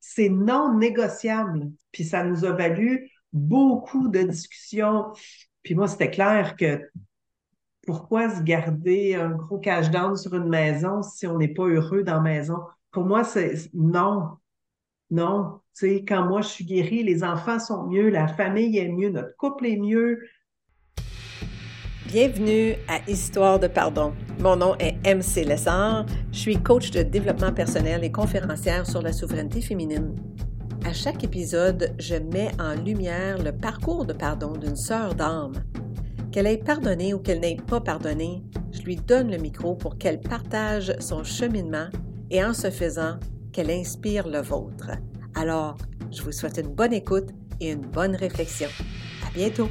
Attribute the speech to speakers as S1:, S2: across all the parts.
S1: c'est non négociable. Puis ça nous a valu beaucoup de discussions. Puis moi, c'était clair que pourquoi se garder un gros cash down sur une maison si on n'est pas heureux dans la maison? Pour moi, c'est non, non. Tu sais, quand moi je suis guérie, les enfants sont mieux, la famille est mieux, notre couple est mieux.
S2: Bienvenue à Histoire de pardon. Mon nom est MC Lessard. Je suis coach de développement personnel et conférencière sur la souveraineté féminine. À chaque épisode, je mets en lumière le parcours de pardon d'une sœur d'âme. Qu'elle ait pardonné ou qu'elle n'ait pas pardonné, je lui donne le micro pour qu'elle partage son cheminement et en ce faisant, qu'elle inspire le vôtre. Alors, je vous souhaite une bonne écoute et une bonne réflexion. À bientôt!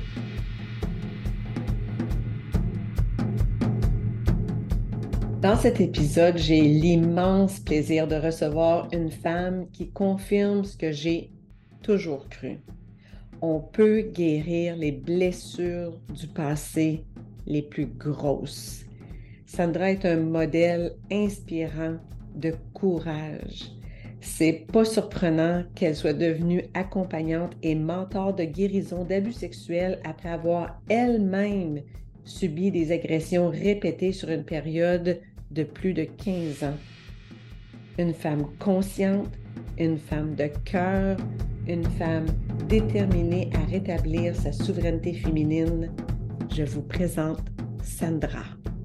S2: Dans cet épisode, j'ai l'immense plaisir de recevoir une femme qui confirme ce que j'ai toujours cru. On peut guérir les blessures du passé les plus grosses. Sandra est un modèle inspirant de courage. C'est pas surprenant qu'elle soit devenue accompagnante et mentor de guérison d'abus sexuels après avoir elle-même subi des agressions répétées sur une période de plus de 15 ans. Une femme consciente, une femme de cœur, une femme déterminée à rétablir sa souveraineté féminine. Je vous présente Sandra.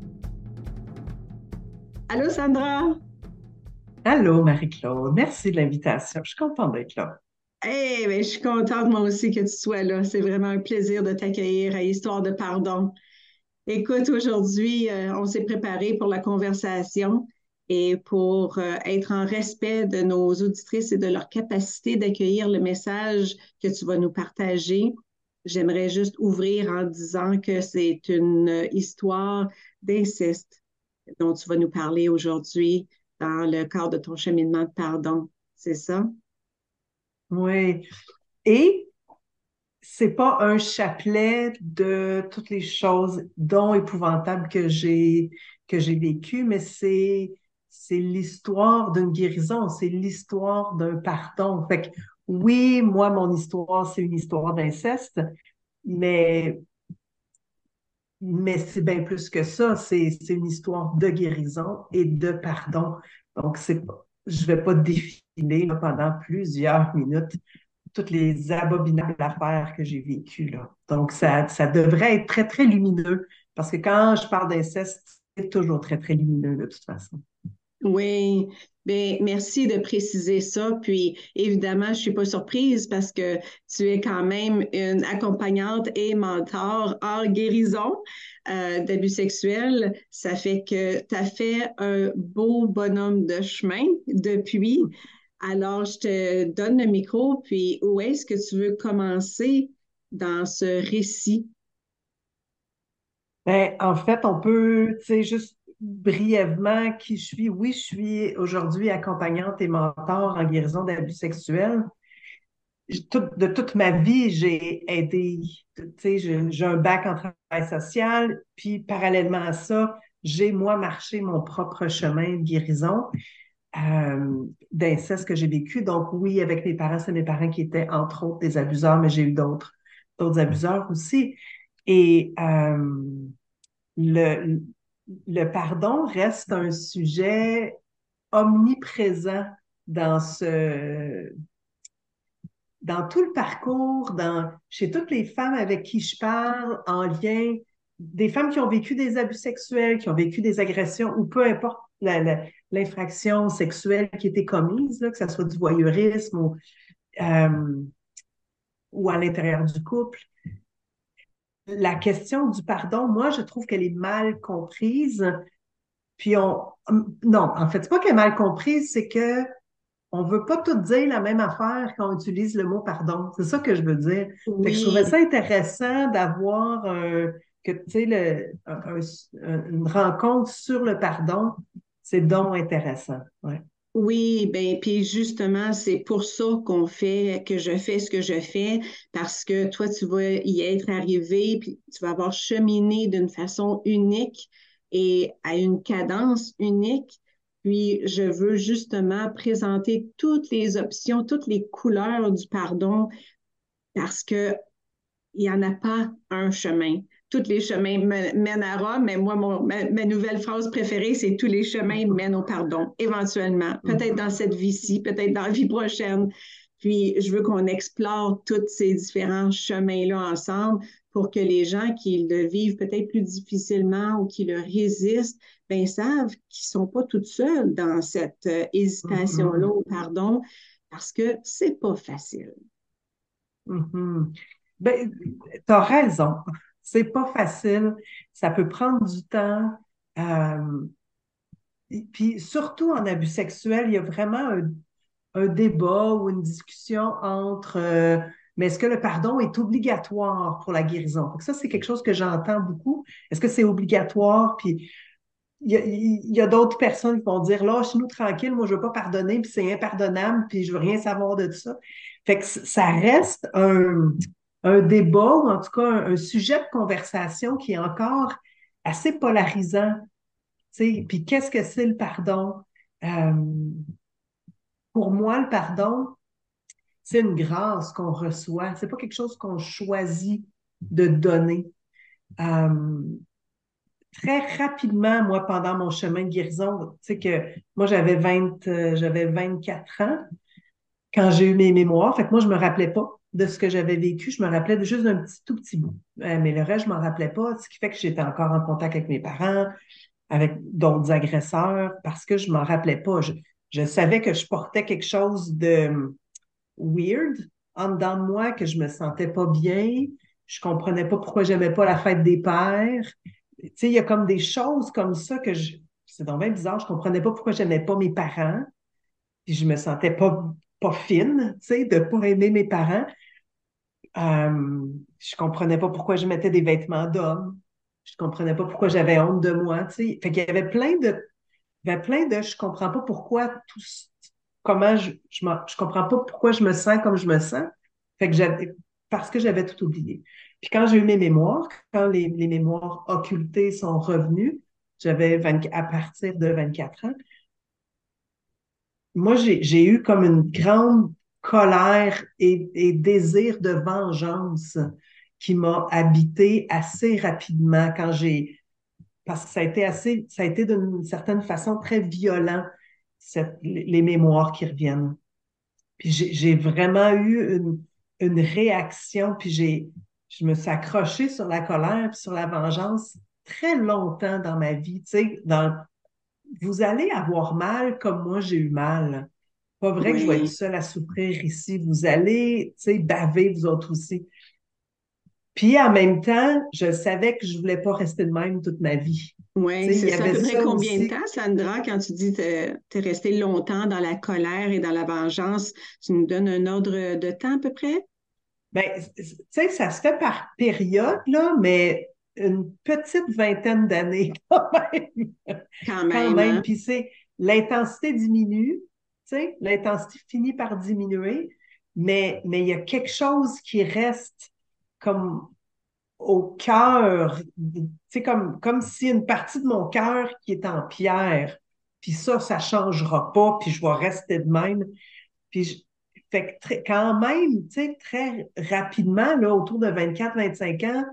S3: Allô, Sandra?
S1: Allô, Marie-Claude, merci de l'invitation. Je suis contente d'être là.
S3: Je suis contente moi aussi que tu sois là. C'est vraiment un plaisir de t'accueillir à Histoire de pardon. Écoute, aujourd'hui, on s'est préparé pour la conversation et pour être en respect de nos auditrices et de leur capacité d'accueillir le message que tu vas nous partager. J'aimerais juste ouvrir en disant que c'est une histoire d'inceste dont tu vas nous parler aujourd'hui dans le cadre de ton cheminement de pardon. C'est ça?
S1: Oui. Et c'est pas un chapelet de toutes les choses dont épouvantables que j'ai vécues, mais c'est l'histoire d'une guérison, c'est l'histoire d'un pardon. Fait que oui, moi, mon histoire, c'est une histoire d'inceste, mais mais c'est bien plus que ça. C'est une histoire de guérison et de pardon. Donc, je vais pas défiler là, pendant plusieurs minutes toutes les abominables affaires que j'ai vécues, là. Donc, ça devrait être très, très lumineux parce que quand je parle d'inceste, c'est toujours très, très lumineux de toute façon.
S3: Oui, bien, merci de préciser ça. Puis, évidemment, je ne suis pas surprise parce que tu es quand même une accompagnante et mentor en guérison d'abus sexuels. Ça fait que tu as fait un beau bonhomme de chemin depuis. Alors, je te donne le micro, puis où est-ce que tu veux commencer dans ce récit?
S1: Ben, en fait, on peut, tu sais, juste brièvement qui je suis. Oui, je suis aujourd'hui accompagnante et mentor en guérison d'abus sexuels. De toute ma vie, j'ai aidé, tu sais, j'ai un bac en travail social, puis parallèlement à ça, j'ai moi marché mon propre chemin de guérison d'inceste que j'ai vécu. Donc oui, avec mes parents, c'est mes parents qui étaient entre autres des abuseurs, mais j'ai eu d'autres abuseurs aussi. Et le, le pardon reste un sujet omniprésent dans dans tout le parcours, chez toutes les femmes avec qui je parle, en lien, des femmes qui ont vécu des abus sexuels, qui ont vécu des agressions, ou peu importe l'infraction sexuelle qui était commise, là, que ce soit du voyeurisme euh, ou à l'intérieur du couple. La question du pardon, moi, je trouve qu'elle est mal comprise. Puis non, en fait, c'est pas qu'elle est mal comprise, c'est que on veut pas tout dire la même affaire quand on utilise le mot pardon. C'est ça que je veux dire. Fait que je trouvais
S3: Oui.
S1: ça intéressant d'avoir que, tu sais, une rencontre sur le pardon. C'est donc intéressant. Ouais.
S3: Oui, ben puis justement, c'est pour ça que je fais ce que je fais, parce que toi, tu vas y être arrivé, puis tu vas avoir cheminé d'une façon unique et à une cadence unique. Puis, je veux justement présenter toutes les options, toutes les couleurs du pardon parce que il n'y en a pas un chemin. Tous les chemins mènent à Rome, mais moi, ma nouvelle phrase préférée, c'est tous les chemins mènent au pardon, éventuellement. Peut-être dans cette vie-ci, peut-être dans la vie prochaine. Puis, je veux qu'on explore tous ces différents chemins-là ensemble pour que les gens qui le vivent peut-être plus difficilement ou qui le résistent, ben, savent qu'ils ne sont pas toutes seuls dans cette hésitation-là
S1: Mhm.
S3: au pardon parce que c'est pas facile.
S1: Mhm. Ben, t'as raison. C'est pas facile. Ça peut prendre du temps. Euh, et puis surtout en abus sexuel, il y a vraiment un débat ou une discussion entre mais est-ce que le pardon est obligatoire pour la guérison? Donc ça, c'est quelque chose que j'entends beaucoup. Est-ce que c'est obligatoire? Puis il y a d'autres personnes qui vont dire, lâche-nous tranquille, moi je veux pas pardonner, puis c'est impardonnable, puis je veux rien savoir de ça. Fait que ça reste un débat, ou en tout cas un sujet de conversation qui est encore assez polarisant. Tu sais. Puis qu'est-ce que c'est le pardon? Euh, pour moi, le pardon, c'est une grâce qu'on reçoit. C'est pas quelque chose qu'on choisit de donner. Euh, Très rapidement, moi, pendant mon chemin de guérison, tu sais que moi, j'avais 24 ans quand j'ai eu mes mémoires. Fait que moi, je me rappelais pas de ce que j'avais vécu. Je me rappelais juste d'un tout petit bout. Mais le reste, je m'en rappelais pas, ce qui fait que j'étais encore en contact avec mes parents, avec d'autres agresseurs, parce que je m'en rappelais pas. Je savais que je portais quelque chose de weird en dedans de moi, que je me sentais pas bien. Je comprenais pas pourquoi j'aimais pas la fête des pères. Tu sais, il y a comme des choses comme ça c'est donc bien bizarre, je comprenais pas pourquoi j'aimais pas mes parents, puis je me sentais pas fine, tu sais, de pas aimer mes parents. Je comprenais pas pourquoi je mettais des vêtements d'homme. Je comprenais pas pourquoi j'avais honte de moi, tu sais. Fait qu'il y avait je comprends pas pourquoi comment je comprends pas pourquoi je me sens comme je me sens. Fait que parce que j'avais tout oublié. Puis quand j'ai eu mes mémoires, quand les mémoires occultées sont revenues, à partir de 24 ans, moi, j'ai eu comme une grande colère et désir de vengeance qui m'a habité assez rapidement parce que ça a été d'une certaine façon très violent, les mémoires qui reviennent. Puis j'ai vraiment eu une réaction, puis je me suis accrochée sur la colère, puis sur la vengeance très longtemps dans ma vie. Tu sais, vous allez avoir mal comme moi j'ai eu mal. Pas vrai que je vais être
S3: Oui.
S1: seule à souffrir ici. Vous allez, tu sais, baver vous autres aussi. Puis en même temps, je savais que je voulais pas rester de même toute ma vie. Tu
S3: Oui,
S1: sais, il
S3: c'est
S1: y
S3: ça. À
S1: avait
S3: peu près
S1: ça
S3: combien de
S1: aussi.
S3: temps, Sandra, quand tu dis que tu es resté longtemps dans la colère et dans la vengeance, tu nous donnes un ordre de temps à peu près?
S1: Ben, tu sais, ça se fait par période, là, mais une petite vingtaine d'années quand même.
S3: Quand
S1: Quand
S3: même,
S1: même.
S3: hein?
S1: Puis l'intensité diminue, tu sais, l'intensité finit par diminuer, mais il y a quelque chose qui reste comme au cœur, tu sais, comme si une partie de mon cœur qui est en pierre, puis ça changera pas, puis je vais rester de même. Puis fait que quand même, tu sais, très rapidement, là, autour de 24-25 ans,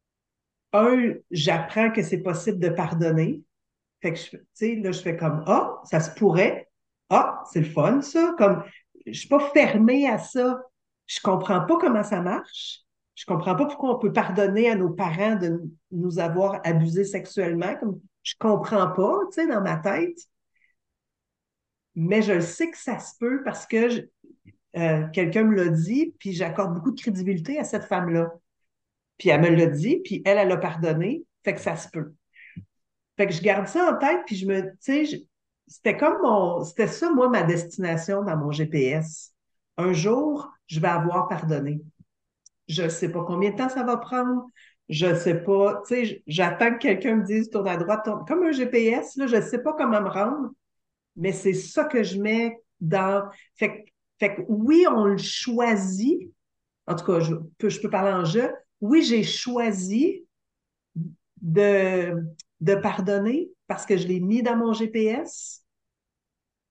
S1: j'apprends que c'est possible de pardonner. Fait que, tu sais, là, je fais comme, ah, ça se pourrait. Ah, c'est le fun, ça. Comme, je suis pas fermée à ça. Je comprends pas comment ça marche. Je comprends pas pourquoi on peut pardonner à nos parents de nous avoir abusés sexuellement. Comme, je comprends pas, tu sais, dans ma tête. Mais je le sais que ça se peut parce que quelqu'un me l'a dit, puis j'accorde beaucoup de crédibilité à cette femme-là. Puis elle me l'a dit, puis elle a pardonné. Fait que ça se peut. Fait que je garde ça en tête, puis tu sais, c'était ça, moi, ma destination dans mon GPS. Un jour, je vais avoir pardonné. Je ne sais pas combien de temps ça va prendre. Je ne sais pas, tu sais, j'attends que quelqu'un me dise tourne à droite, tourne, comme un GPS, là, je ne sais pas comment me rendre, mais c'est ça que je mets dans. Fait que oui, on le choisit. En tout cas, je peux parler en jeu. Oui, j'ai choisi de, de pardonner parce que je l'ai mis dans mon GPS.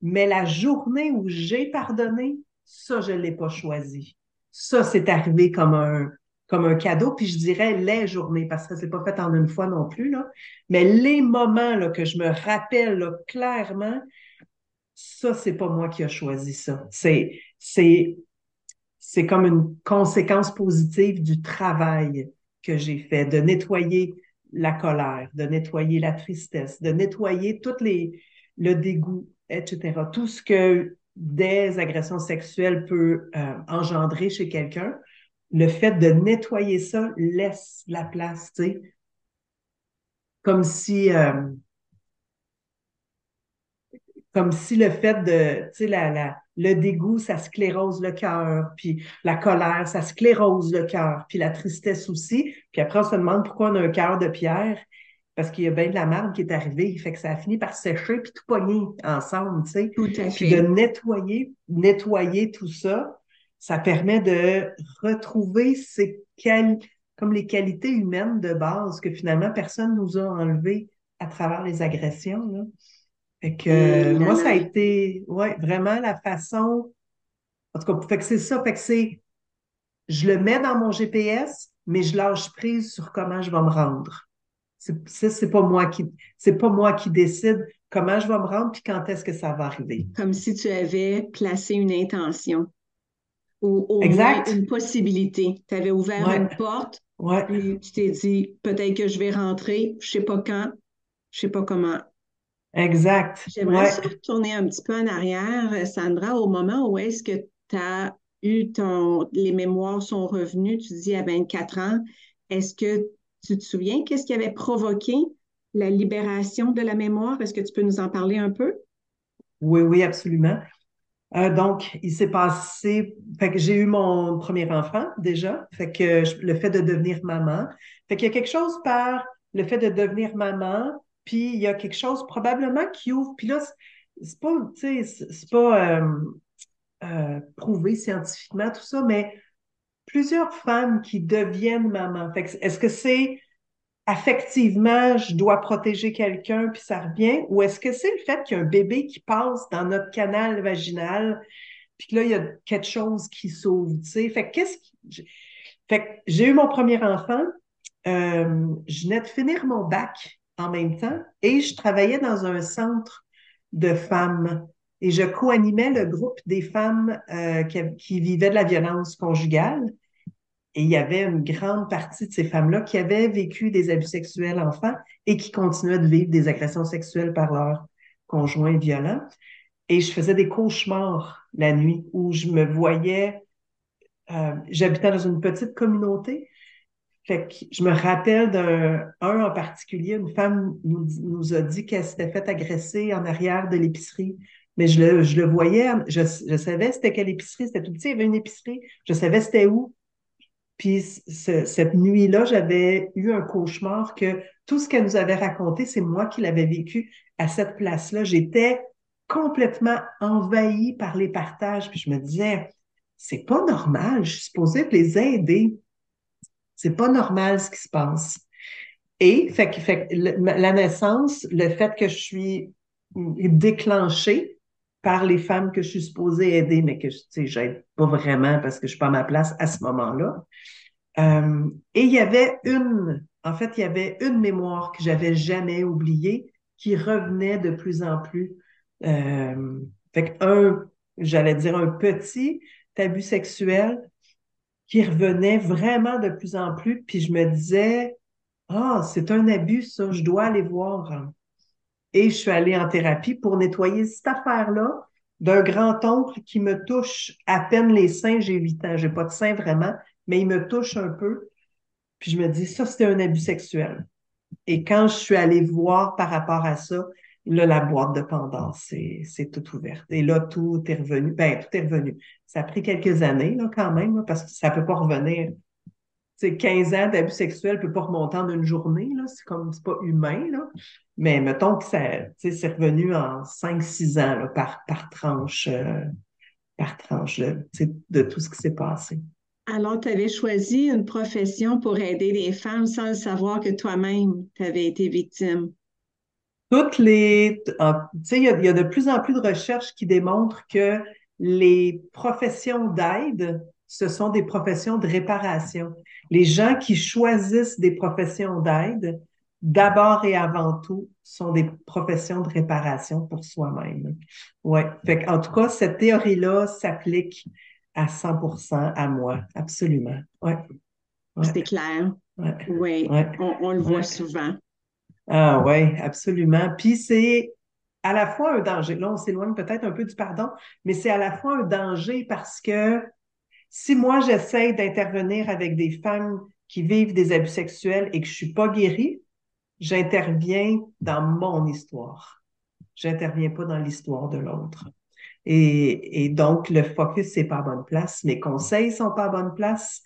S1: Mais la journée où j'ai pardonné, ça, je ne l'ai pas choisi. Ça, c'est arrivé comme un cadeau, puis je dirais les journées, parce que c'est pas fait en une fois non plus, là. Mais les moments là, que je me rappelle là, clairement, ça, c'est pas moi qui a choisi ça. C'est comme une conséquence positive du travail que j'ai fait, de nettoyer la colère, de nettoyer la tristesse, de nettoyer le dégoût, etc. Tout ce que des agressions sexuelles peut engendrer chez quelqu'un, le fait de nettoyer ça laisse la place, tu sais, comme si, comme si le fait de, tu sais, le dégoût, ça sclérose le cœur, puis la colère, ça sclérose le cœur, puis la tristesse aussi. Puis après, on se demande pourquoi on a un cœur de pierre, parce qu'il y a bien de la marde qui est arrivée, fait que ça a fini par sécher, puis tout pogner ensemble, tu sais.
S3: Tout à
S1: Puis de
S3: fait.
S1: nettoyer tout ça, ça permet de retrouver comme les qualités humaines de base que finalement personne nous a enlevées à travers les agressions, là. Fait que
S3: Et là,
S1: moi, ça a
S3: là.
S1: été ouais, vraiment la façon. En tout cas, fait que c'est ça. Fait que je le mets dans mon GPS, mais je lâche prise sur comment je vais me rendre. C'est pas moi qui décide comment je vais me rendre puis quand est-ce que ça va arriver.
S3: Comme si tu avais placé une intention ou au moins
S1: Exact?
S3: une possibilité. Tu avais ouvert
S1: Ouais,
S3: une porte,
S1: ouais,
S3: puis tu t'es dit, peut-être que je vais rentrer, je sais pas quand, je sais pas comment.
S1: exact.
S3: J'aimerais
S1: Ouais.
S3: ça retourner un petit peu en arrière, Sandra, au moment où est-ce que tu as eu les mémoires sont revenues, tu dis à 24 ans, est-ce que tu te souviens qu'est-ce qui avait provoqué la libération de la mémoire? Est-ce que tu peux nous en parler un peu?
S1: Oui, oui, absolument. Donc, il s'est passé, fait que j'ai eu mon premier enfant déjà, fait que le fait de devenir maman, fait qu'il y a quelque chose par le fait de devenir maman, puis il y a quelque chose probablement qui ouvre, puis là, c'est pas, tu sais, c'est pas prouvé scientifiquement tout ça, mais plusieurs femmes qui deviennent maman. Fait que est-ce que c'est affectivement, je dois protéger quelqu'un, puis ça revient, ou est-ce que c'est le fait qu'il y a un bébé qui passe dans notre canal vaginal puis que là, il y a quelque chose qui s'ouvre, tu sais. Fait que j'ai eu mon premier enfant, je venais de finir mon bac en même temps et je travaillais dans un centre de femmes et je co-animais le groupe des femmes qui vivaient de la violence conjugale. Et il y avait une grande partie de ces femmes-là qui avaient vécu des abus sexuels enfants et qui continuaient de vivre des agressions sexuelles par leur conjoint violent. Et je faisais des cauchemars la nuit où je me voyais, j'habitais dans une petite communauté, fait que je me rappelle un en particulier, une femme nous a dit qu'elle s'était fait agresser en arrière de l'épicerie. Mais je le voyais, je savais c'était quelle épicerie, c'était tout petit, il y avait une épicerie, je savais c'était où. Puis cette nuit-là, j'avais eu un cauchemar que tout ce qu'elle nous avait raconté, c'est moi qui l'avais vécu à cette place-là. J'étais complètement envahie par les partages. Puis je me disais, c'est pas normal, je suis supposée les aider. C'est pas normal ce qui se passe. Et la naissance, le fait que je suis déclenchée par les femmes que je suis supposée aider, mais que tu sais, j'aide pas vraiment parce que je suis pas à ma place à ce moment-là. Et en fait, il y avait une mémoire que j'avais jamais oubliée qui revenait de plus en plus. Euh, j'allais dire un petit abus sexuel qui revenait vraiment de plus en plus. Puis je me disais, ah, c'est un abus, ça, je dois aller voir. Et je suis allée en thérapie pour nettoyer cette affaire-là d'un grand-oncle qui me touche à peine les seins. J'ai 8 ans, j'ai pas de seins vraiment, mais il me touche un peu. Puis je me dis, ça, c'était un abus sexuel. Et quand je suis allée voir par rapport à ça, là, la boîte de Pandore, c'est tout ouverte. Et là, tout est revenu. Ben, tout est revenu. Ça a pris quelques années, là, quand même, là, parce que ça peut pas revenir. C'est 15 ans d'abus sexuels peut pas remonter en une journée, là. C'est pas humain, là. Mais mettons que c'est revenu en 5 6 ans, là, par tranche, là, de tout ce qui s'est passé.
S3: Alors, tu avais choisi une profession pour aider les femmes sans le savoir que toi-même, tu avais été victime.
S1: Tu sais, il y a de plus en plus de recherches qui démontrent que les professions d'aide, ce sont des professions de réparation. Les gens qui choisissent des professions d'aide, d'abord et avant tout, sont des professions de réparation pour soi-même. Ouais. Fait en tout cas, cette théorie-là s'applique à 100% à moi. Absolument. Ouais. Ouais.
S3: C'est clair.
S1: Ouais.
S3: Oui,
S1: Ouais.
S3: on le voit
S1: Ouais.
S3: souvent.
S1: Ah ouais, absolument. Puis c'est à la fois un danger. Là, on s'éloigne peut-être un peu du pardon, mais c'est à la fois un danger parce que si moi j'essaie d'intervenir avec des femmes qui vivent des abus sexuels et que je suis pas guérie, j'interviens dans mon histoire. J'interviens pas dans l'histoire de l'autre. Et donc, le focus, c'est pas à bonne place. Mes conseils sont pas à bonne place.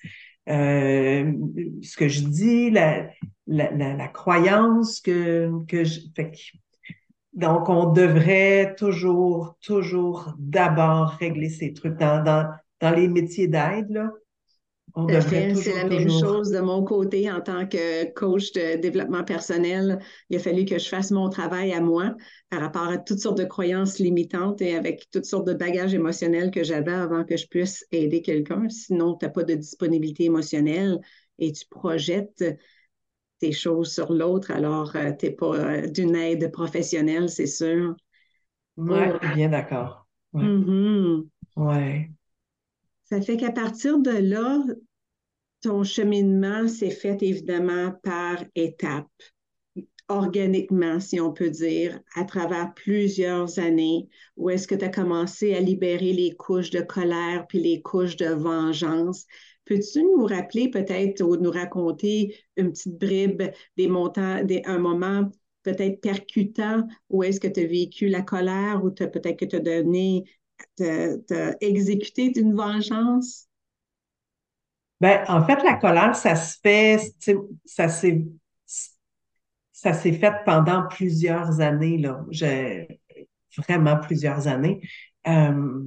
S1: Ce que je dis, la croyance que je... donc, on devrait toujours d'abord régler ces trucs. Dans les métiers d'aide, là, on
S3: Tout à
S1: devrait
S3: fait. C'est la même
S1: toujours.
S3: chose de mon côté en tant que coach de développement personnel. Il a fallu que je fasse mon travail à moi par rapport à toutes sortes de croyances limitantes et avec toutes sortes de bagages émotionnels que j'avais avant que je puisse aider quelqu'un. Sinon, tu n'as pas de disponibilité émotionnelle et tu projettes tes choses sur l'autre, alors tu n'es pas d'une aide professionnelle, c'est sûr.
S1: Ouais,
S3: Oh.
S1: bien d'accord. Ouais,
S3: Mhm.
S1: ouais.
S3: Ça fait qu'à partir de là, ton cheminement s'est fait évidemment par étapes, organiquement, si on peut dire, à travers plusieurs années, où est-ce que tu as commencé à libérer les couches de colère puis les couches de vengeance. Peux-tu nous rappeler peut-être ou nous raconter une petite bribe des montants, un moment peut-être percutant où est-ce que tu as vécu la colère ou peut-être que tu as donné, t'as exécuté une vengeance?
S1: Ben, en fait, la colère, ça se fait, tu sais, ça s'est, ça s'est fait pendant plusieurs années, là. Vraiment plusieurs années. Euh,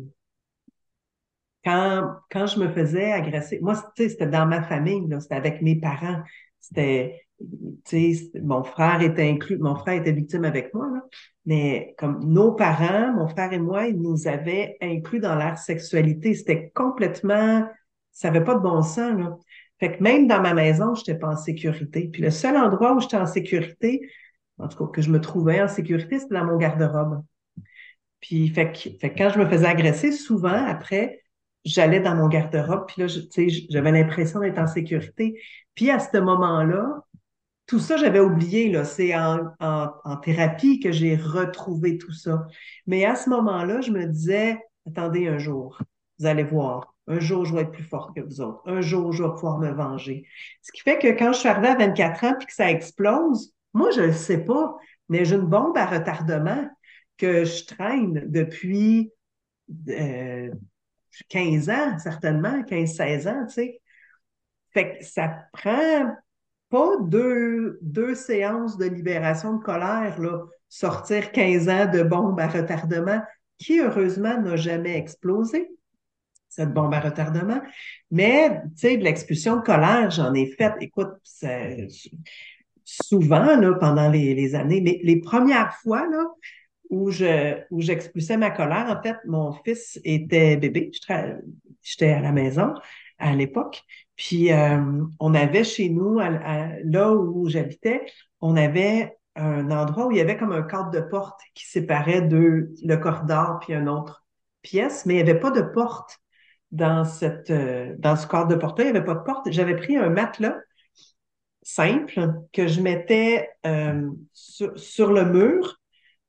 S1: quand je me faisais agresser, moi, tu sais, c'était dans ma famille, là, c'était avec mes parents. C'était, tu sais, mon frère était inclus, mon frère était victime avec moi, là. Mais comme nos parents, mon frère et moi, ils nous avaient inclus dans leur sexualité. C'était complètement, ça n'avait pas de bon sens, là. Fait que même dans ma maison, je n'étais pas en sécurité. Puis le seul endroit où j'étais en sécurité, en tout cas, que je me trouvais en sécurité, c'était dans mon garde-robe. Puis, fait que quand je me faisais agresser, souvent, après, j'allais dans mon garde-robe, puis là, tu sais, j'avais l'impression d'être en sécurité. Puis, à ce moment-là, tout ça, j'avais oublié, là. C'est en thérapie que j'ai retrouvé tout ça. Mais à ce moment-là, je me disais, attendez un jour, vous allez voir. Un jour, je vais être plus forte que vous autres. Un jour, je vais pouvoir me venger. Ce qui fait que quand je suis arrivée à 24 ans puis que ça explose, moi, je ne le sais pas, mais j'ai une bombe à retardement que je traîne depuis euh, 15 ans, certainement, 15 16 ans, tu sais. Fait que ça prend pas deux séances de libération de colère, là, sortir 15 ans de bombe à retardement, qui heureusement n'a jamais explosé, cette bombe à retardement. Mais, tu sais, de l'expulsion de colère, j'en ai fait, écoute, souvent, là, pendant les années, mais les premières fois, là, où j'expulsais ma colère. En fait, mon fils était bébé. J'étais à la maison à l'époque. Puis, on avait chez nous, là où j'habitais, on avait un endroit où il y avait comme un cadre de porte qui séparait le corridor puis une autre pièce, mais il n'y avait pas de porte dans ce cadre de porte-là. Il n'y avait pas de porte. J'avais pris un matelas simple que je mettais sur le mur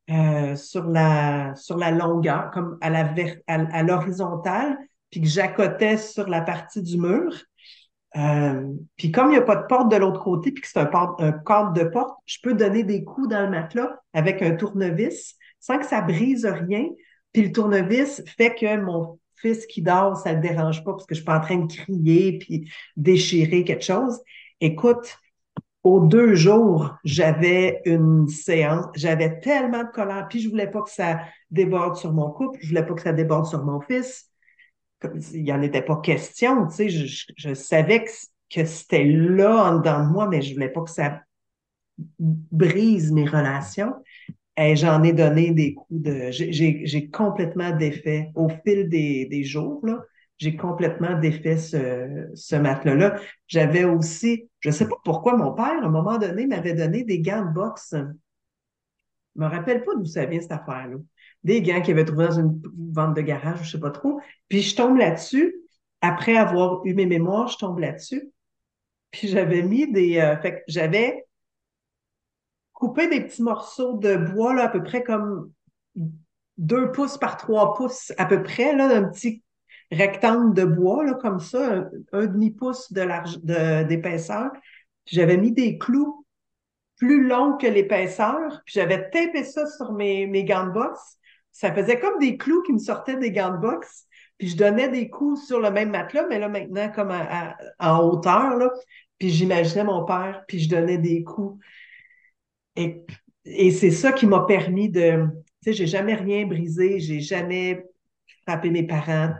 S1: sur la longueur, comme à l'horizontale, puis que j'accotais sur la partie du mur. Puis comme il n'y a pas de porte de l'autre côté, puis que c'est un cadre de porte, je peux donner des coups dans le matelas avec un tournevis sans que ça brise rien. Puis le tournevis fait que mon fils qui dort, ça ne le dérange pas parce que je suis pas en train de crier puis déchirer quelque chose. Écoute, aux 2 jours, j'avais une séance, j'avais tellement de colère, puis je voulais pas que ça déborde sur mon couple, je voulais pas que ça déborde sur mon fils. Il n'y en était pas question, tu sais, je savais que c'était là en dedans de moi, mais je voulais pas que ça brise mes relations. Hey, j'en ai donné des coups de... J'ai complètement défait, au fil des jours, là, j'ai complètement défait ce matelas-là. J'avais aussi, je sais pas pourquoi mon père, à un moment donné, m'avait donné des gants de boxe. Je me rappelle pas d'où ça vient, cette affaire-là. Des gants qu'il avait trouvés dans une vente de garage, je sais pas trop. Puis je tombe là-dessus. Après avoir eu mes mémoires, je tombe là-dessus. Puis j'avais mis fait que j'avais coupé des petits morceaux de bois, là, à peu près comme 2 pouces par 3 pouces, à peu près, là, un petit rectangle de bois, là, comme ça, un demi-pouce d'épaisseur. Puis j'avais mis des clous plus longs que l'épaisseur, puis j'avais tapé ça sur mes gants de boxe. Ça faisait comme des clous qui me sortaient des gants de boxe. Puis je donnais des coups sur le même matelas, mais là, maintenant, comme en hauteur, là. Puis j'imaginais mon père, puis je donnais des coups. Et, et c'est ça qui m'a permis de... Tu sais, j'ai jamais rien brisé, j'ai jamais frappé mes parents.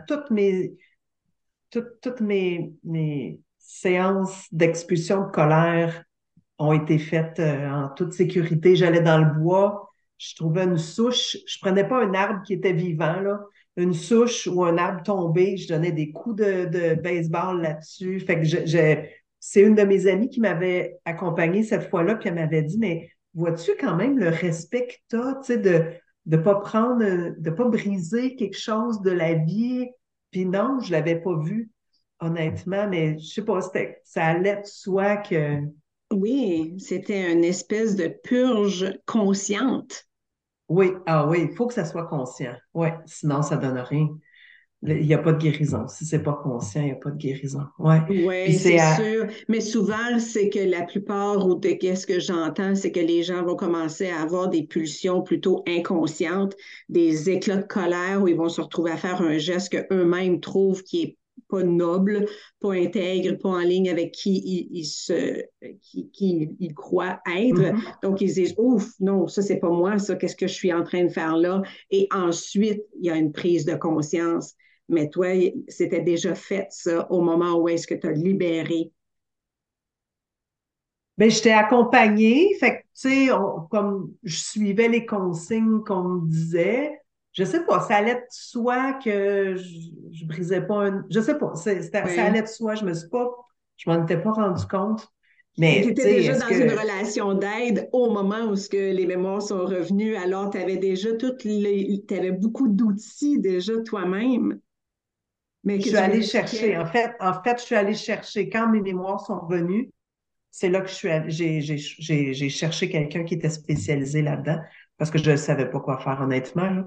S1: Toutes mes séances d'expulsion de colère ont été faites en toute sécurité. J'allais dans le bois, je trouvais une souche, je prenais pas un arbre qui était vivant, là, une souche ou un arbre tombé, je donnais des coups de baseball là-dessus. Fait que c'est une de mes amies qui m'avait accompagnée cette fois-là, puis elle m'avait dit, mais vois-tu quand même le respect que tu as, tu sais, de pas prendre, de pas briser quelque chose de la vie. Puis non, je l'avais pas vu, honnêtement, mais je sais pas, ça allait de soi que
S3: Oui, c'était une espèce de purge consciente.
S1: oui, ah oui, il faut que ça soit conscient. Oui, sinon ça donne rien. Il n'y a pas de guérison. Si c'est pas conscient, il n'y a pas de guérison. Ouais. Puis
S3: Oui, c'est sûr. Mais souvent, c'est que la plupart, ou de qu'est-ce que j'entends, c'est que les gens vont commencer à avoir des pulsions plutôt inconscientes, des éclats de colère où ils vont se retrouver à faire un geste qu'eux-mêmes trouvent qui est pas noble, pas intègre, pas en ligne avec qui ils croient être.
S1: mhm.
S3: Donc, ils se disent, ouf, non, ça, c'est pas moi, ça, qu'est-ce que je suis en train de faire là? Et ensuite, il y a une prise de conscience. Mais toi, c'était déjà fait, ça, au moment où est-ce que tu as libéré.
S1: Ben, j'étais accompagnée, fait que, tu sais, comme je suivais les consignes qu'on me disait, je sais pas, ça allait de soi que je brisais pas je sais pas, ça
S3: Oui.
S1: allait de soi, je m'en étais pas rendu compte,
S3: Mais tu
S1: mais, tu
S3: étais
S1: sais,
S3: déjà
S1: est-ce
S3: dans une
S1: que
S3: relation d'aide au moment où ce que les mémoires sont revenues. Alors, tu avais déjà tu avais beaucoup d'outils déjà toi-même, mais
S1: je
S3: que
S1: suis
S3: tu
S1: allée
S3: vérifiais.
S1: chercher, en fait, je suis allée chercher quand mes mémoires sont revenus. C'est là que je suis allée, j'ai cherché quelqu'un qui était spécialisé là-dedans parce que je ne savais pas quoi faire, honnêtement, là.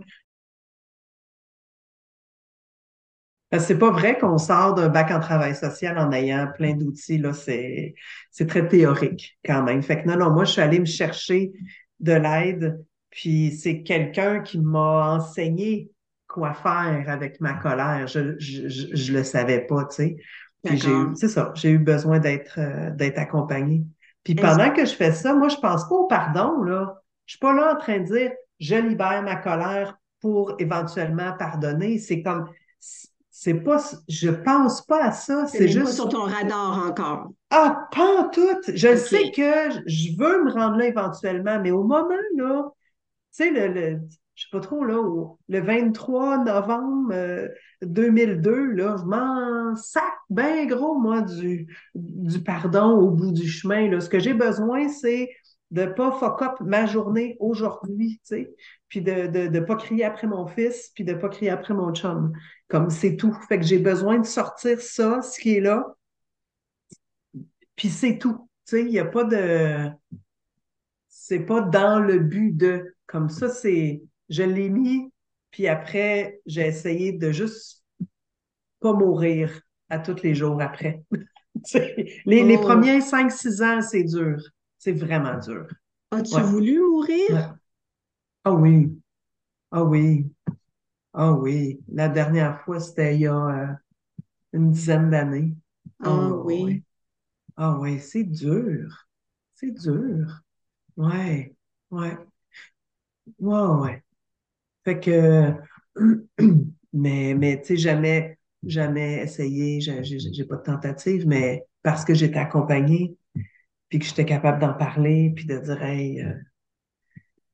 S1: Parce que c'est pas vrai qu'on sort d'un bac en travail social en ayant plein d'outils, là. C'est très théorique quand même. Fait que non, non, moi, je suis allée me chercher de l'aide, puis c'est quelqu'un qui m'a enseigné quoi faire avec ma colère. Je le savais pas, tu sais. Puis
S3: D'accord.
S1: c'est ça, j'ai eu besoin d'être accompagnée. Puis
S3: Est-ce
S1: pendant que je fais ça, moi, je pense pas au pardon, là. Je suis pas là en train de dire, je libère ma colère pour éventuellement pardonner. C'est comme, c'est pas, je pense pas à ça.
S3: c'est
S1: C'est
S3: même pas sur
S1: juste,
S3: ton radar encore?
S1: ah, pas en tout. Je le sais
S3: OK.
S1: que je veux me rendre là éventuellement, mais au moment, là, tu sais, je sais pas trop, là, le 23 novembre 2002, là, je m'en sac bien gros, moi, du pardon au bout du chemin, là. Ce que j'ai besoin, c'est de pas fuck up ma journée aujourd'hui, tu sais, puis de pas crier après mon fils, puis de pas crier après mon chum. Comme c'est tout. Fait que j'ai besoin de sortir ça, ce qui est là, puis c'est tout. Tu sais, il n'y a pas de... C'est pas dans le but de... Comme ça, je l'ai mis, puis après, j'ai essayé de juste pas mourir à tous les jours après. Tu sais, les
S3: Oh,
S1: premiers 5, 6 ans, c'est dur. C'est vraiment dur.
S3: as-tu
S1: Ouais,
S3: voulu mourir?
S1: ouais. Ah oui, ah oui, ah oui. La dernière fois, c'était il y a une dizaine d'années. Ah
S3: Ah
S1: oui,
S3: oui.
S1: oui. Ah oui, c'est dur. C'est dur. Ouais, ouais, ouais, ouais. Fait que, mais tu sais, jamais essayé, j'ai pas de tentative, mais parce que j'étais accompagnée, puis que j'étais capable d'en parler, puis de dire, hey,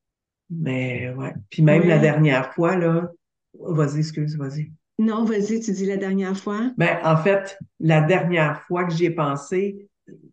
S1: Mais ouais. Puis même la
S3: Oui.
S1: dernière fois, là, vas-y, excuse, vas-y.
S3: Non, vas-y, tu dis la dernière fois.
S1: Ben, en fait, la dernière fois que j'y ai pensé,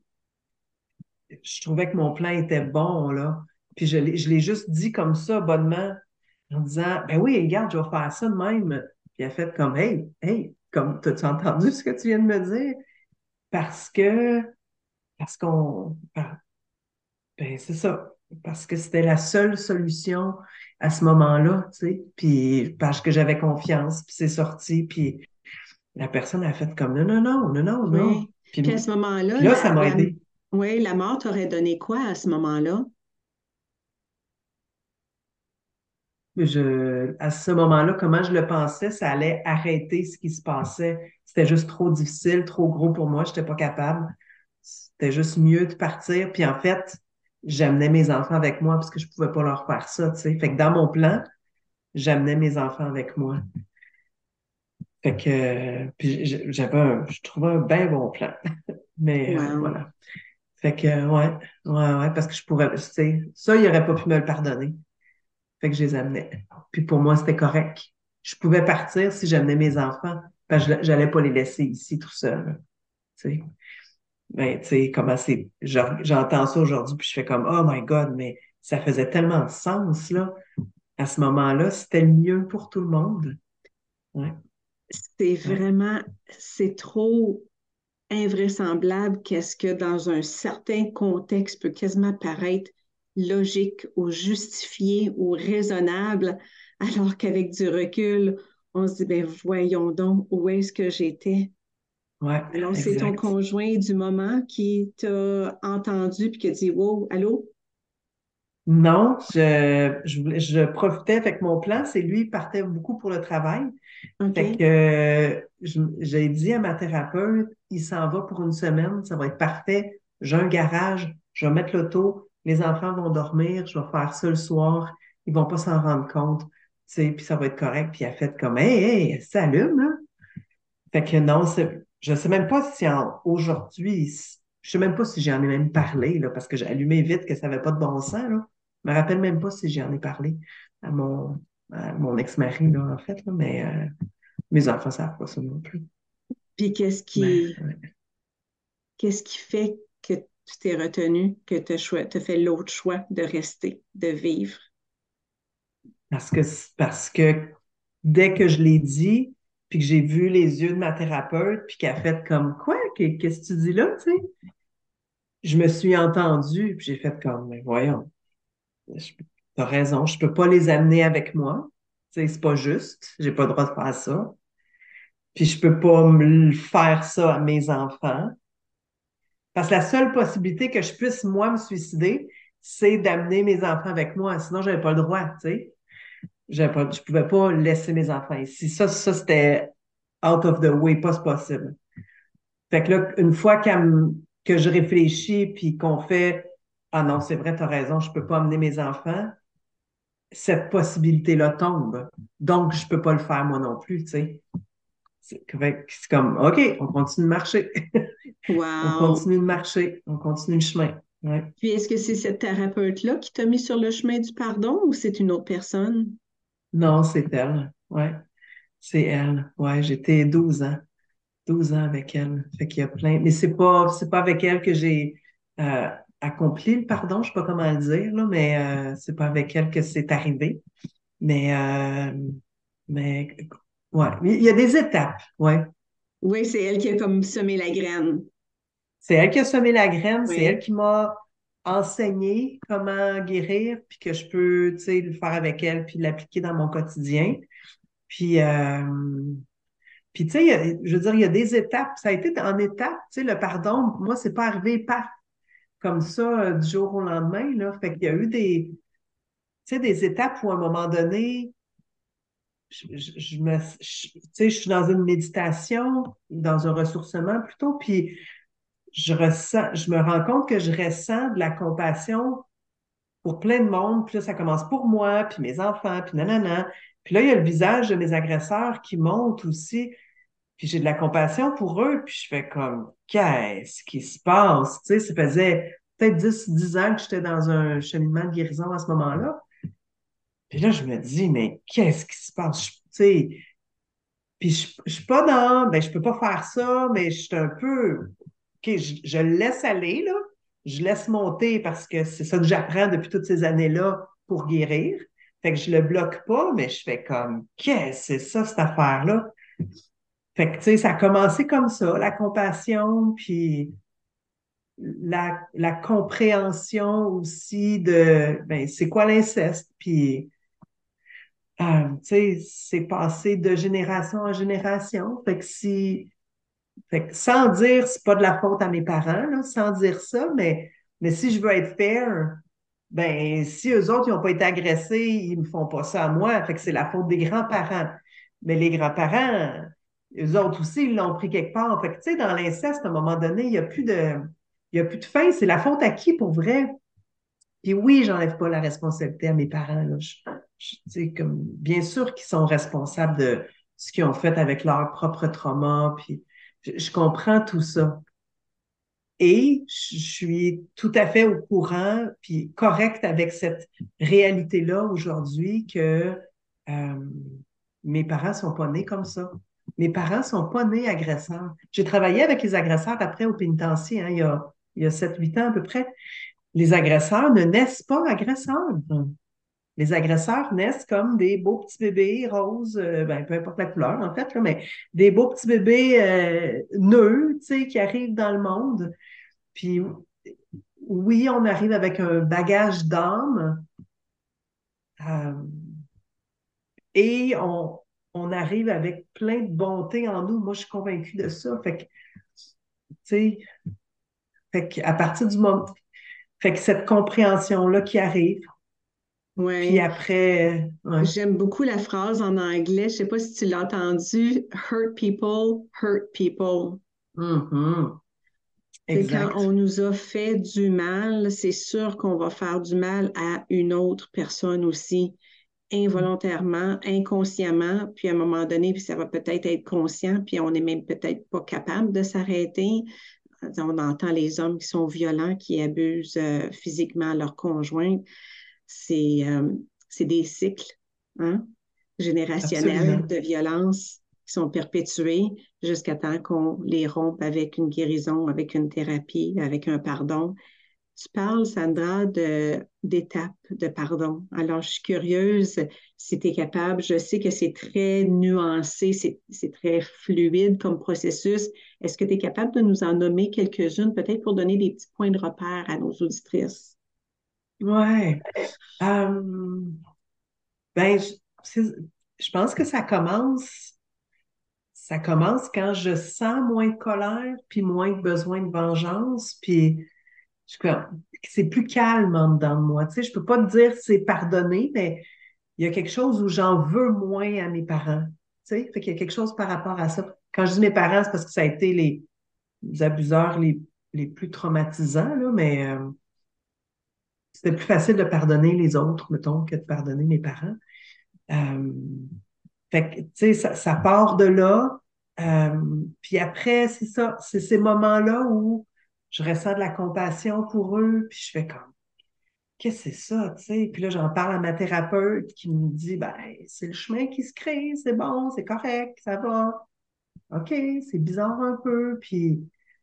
S1: je trouvais que mon plan était bon, là. Puis je l'ai juste dit comme ça, bonnement, en disant, ben oui, regarde, je vais faire ça de même. Puis elle a fait comme, hey, hey, comme, t'as-tu entendu ce que tu viens de me dire? Parce que, parce qu'on, ben c'est ça, parce que c'était la seule solution à ce moment-là, tu sais. Puis parce que j'avais confiance, puis c'est sorti, puis la personne a fait comme, non, non, non, non, non, non.
S3: Oui. Puis à ce moment-là,
S1: Puis là, ça m'a aidé.
S3: oui, la mort t'aurait donné quoi à ce moment-là?
S1: À ce moment-là, comment je le pensais, ça allait arrêter ce qui se passait. C'était juste trop difficile, trop gros pour moi, je n'étais pas capable. C'était juste mieux de partir. Puis en fait, j'amenais mes enfants avec moi parce que je pouvais pas leur faire ça, tu sais. Fait que dans mon plan, j'amenais mes enfants avec moi. Fait que, puis je trouvais un bien bon plan. Mais
S3: Wow.
S1: voilà. Fait que, ouais, ouais, ouais, parce que je pouvais, tu sais, ça, il aurait pas pu me le pardonner. Fait que je les amenais. Puis pour moi, c'était correct. Je pouvais partir si j'amenais mes enfants, parce que j'allais pas les laisser ici tout seuls. Tu sais. Ben, tu sais, comment c'est. J'entends ça aujourd'hui, puis je fais comme, oh my God, mais ça faisait tellement de sens, là. À ce moment-là, c'était le mieux pour tout le monde. Ouais,
S3: C'est
S1: ouais,
S3: vraiment, c'est trop invraisemblable qu'est-ce que dans un certain contexte peut quasiment paraître logique ou justifié ou raisonnable, alors qu'avec du recul, on se dit, ben voyons donc, où est-ce que j'étais?
S1: ouais,
S3: Alors, c'est ton
S1: exact.
S3: conjoint du moment qui t'a entendu puis qui a dit, wow, allô?
S1: Non, je profitais avec mon plan. C'est lui, il partait beaucoup pour le travail. Fait
S3: OK.
S1: que j'ai dit à ma thérapeute, il s'en va pour une semaine, ça va être parfait. J'ai un garage, je vais mettre l'auto, les enfants vont dormir, je vais faire ça le soir, ils vont pas s'en rendre compte, tu sais, puis ça va être correct. Puis elle a fait comme, hey, hey, ça allume, là. Fait que non, je sais même pas si aujourd'hui, je sais même pas si j'en ai même parlé, là, parce que j'ai allumé vite que ça avait pas de bon sens, là. Je me rappelle même pas si j'en ai parlé à mon ex-mari, là, en fait, là, mais mes enfants savent pas ça non plus.
S3: Puis
S1: Mais, ouais.
S3: qu'est-ce qui fait que tu t'es retenu, que tu as fait l'autre choix de rester, de vivre?
S1: Parce que dès que je l'ai dit, puis que j'ai vu les yeux de ma thérapeute, puis qu'elle a fait comme quoi, qu'est-ce que tu dis là, tu sais? Je me suis entendue, puis j'ai fait comme, mais voyons, je- t'as raison, je peux pas les amener avec moi. Tu sais, c'est pas juste, j'ai pas le droit de faire ça. Puis je peux pas faire ça à mes enfants. Parce que la seule possibilité que je puisse, moi, me suicider, c'est d'amener mes enfants avec moi. Sinon, j'avais pas le droit, tu sais. Je pouvais pas laisser mes enfants ici. C'était out of the way, pas possible. Fait que là, une fois que je réfléchis puis qu'on fait, ah non, c'est vrai, t'as raison, je peux pas amener mes enfants, cette possibilité-là tombe. Donc, je peux pas le faire moi non plus, tu sais. C'est comme, OK, on continue de marcher. On
S3: Wow!
S1: continue de marcher. On continue le chemin. Ouais.
S3: Puis est-ce que c'est cette thérapeute-là qui t'a mis sur le chemin du pardon ou c'est une autre personne?
S1: Non, c'est elle. Ouais. C'est elle. Ouais, j'étais 12 ans. 12 ans avec elle. Fait qu'il y a plein. Mais c'est pas avec elle que j'ai euh, accompli le pardon. Je sais pas comment le dire, là, mais c'est pas avec elle que c'est arrivé. Mais, mais ouais. Il y a des étapes. Ouais.
S3: Oui, c'est elle qui a comme semé la graine.
S1: C'est elle qui a semé la graine, c'est elle
S3: Oui.
S1: qui m'a enseigné comment guérir, puis que je peux, tu sais, le faire avec elle, puis l'appliquer dans mon quotidien. Puis, tu sais, je veux dire, il y a des étapes. Ça a été en étapes. Tu sais, le pardon, moi, c'est pas arrivé paf, comme ça, du jour au lendemain, là. Fait qu'il y a eu tu sais, des étapes où, à un moment donné, tu sais, je suis dans une méditation, dans un ressourcement plutôt, puis je me rends compte que je ressens de la compassion pour plein de monde, puis là, ça commence pour moi, puis mes enfants, puis nanana. Puis là, il y a le visage de mes agresseurs qui monte aussi, puis j'ai de la compassion pour eux, puis je fais comme, qu'est-ce qui se passe? Tu sais, ça faisait peut-être 10 ans que j'étais dans un cheminement de guérison à ce moment-là. Puis là, je me dis, mais qu'est-ce qui se passe? Tu sais, puis je suis pas dans, ben, je peux pas faire ça, mais je suis un peu, OK, je le laisse aller, là. Je laisse monter parce que c'est ça que j'apprends depuis toutes ces années-là pour guérir. Fait que je le bloque pas, mais je fais comme, qu'est-ce que c'est ça, cette affaire-là? Fait que, tu sais, ça a commencé comme ça, la compassion, puis la compréhension aussi de, ben, c'est quoi l'inceste? Puis, tu sais, c'est passé de génération en génération. Fait que sans dire, c'est pas de la faute à mes parents, là, sans dire ça, mais si je veux être fair, ben, si eux autres, ils n'ont pas été agressés, ils me font pas ça à moi. Fait que c'est la faute des grands-parents. Mais les grands-parents, eux autres aussi, ils l'ont pris quelque part. Fait que, tu sais, dans l'inceste, à un moment donné, il y a plus de fin. C'est la faute à qui pour vrai? Puis oui, j'enlève pas la responsabilité à mes parents, là. Tu sais, comme, bien sûr qu'ils sont responsables de ce qu'ils ont fait avec leur propre trauma. Puis je comprends tout ça. Et je suis tout à fait au courant, puis correcte avec cette réalité-là aujourd'hui que euh, mes parents sont pas nés comme ça. Mes parents sont pas nés agresseurs. J'ai travaillé avec les agresseurs après au pénitencier, hein, il y a 7-8 ans à peu près. Les agresseurs ne naissent pas agresseurs. Les agresseurs naissent comme des beaux petits bébés roses, ben, peu importe la couleur en fait, là, mais des beaux petits bébés nœuds, tu sais, qui arrivent dans le monde. Puis oui, on arrive avec un bagage d'âme euh, et on arrive avec plein de bonté en nous. Moi, je suis convaincue de ça. Fait que, tu sais, fait que à partir du moment, fait que cette compréhension-là qui arrive, puis
S3: Oui.
S1: après, ouais.
S3: J'aime beaucoup la phrase en anglais. Je sais pas si tu l'as entendu. Hurt people, hurt people.
S1: Mhm.
S3: C'est quand
S1: Exact.
S3: on nous a fait du mal, c'est sûr qu'on va faire du mal à une autre personne aussi, involontairement, inconsciemment, puis à un moment donné, puis ça va peut-être être conscient, puis on n'est même peut-être pas capable de s'arrêter. On entend les hommes qui sont violents, qui abusent physiquement leur conjointe. C'est c'est des cycles, hein, générationnels
S1: Absolument.
S3: de violence qui sont perpétués jusqu'à temps qu'on les rompe avec une guérison, avec une thérapie, avec un pardon. Tu parles, Sandra, d'étapes de pardon. Alors, je suis curieuse si tu es capable. Je sais que c'est très nuancé, c'est très fluide comme processus. Est-ce que tu es capable de nous en nommer quelques-unes, peut-être pour donner des petits points de repère à nos auditrices?
S1: Ouais. Euh, ben, c'est- je pense que ça commence quand je sens moins de colère, puis moins de besoin de vengeance, puis c'est plus calme en dedans de moi. Tu sais, je peux pas te dire c'est pardonné, mais il y a quelque chose où j'en veux moins à mes parents. Tu sais, fait qu'il y a quelque chose par rapport à ça. Quand je dis mes parents, c'est parce que ça a été les abuseurs les plus traumatisants, là, mais c'était plus facile de pardonner les autres, mettons, que de pardonner mes parents. Euh, Fait que, tu sais, ça part de là. Puis après, c'est ça, c'est ces moments-là où je ressens de la compassion pour eux, puis je fais comme, qu'est-ce que c'est ça, tu sais? Puis là, j'en parle à ma thérapeute qui me dit, ben, c'est le chemin qui se crée, c'est bon, c'est correct, ça va. OK, c'est bizarre un peu. Puis,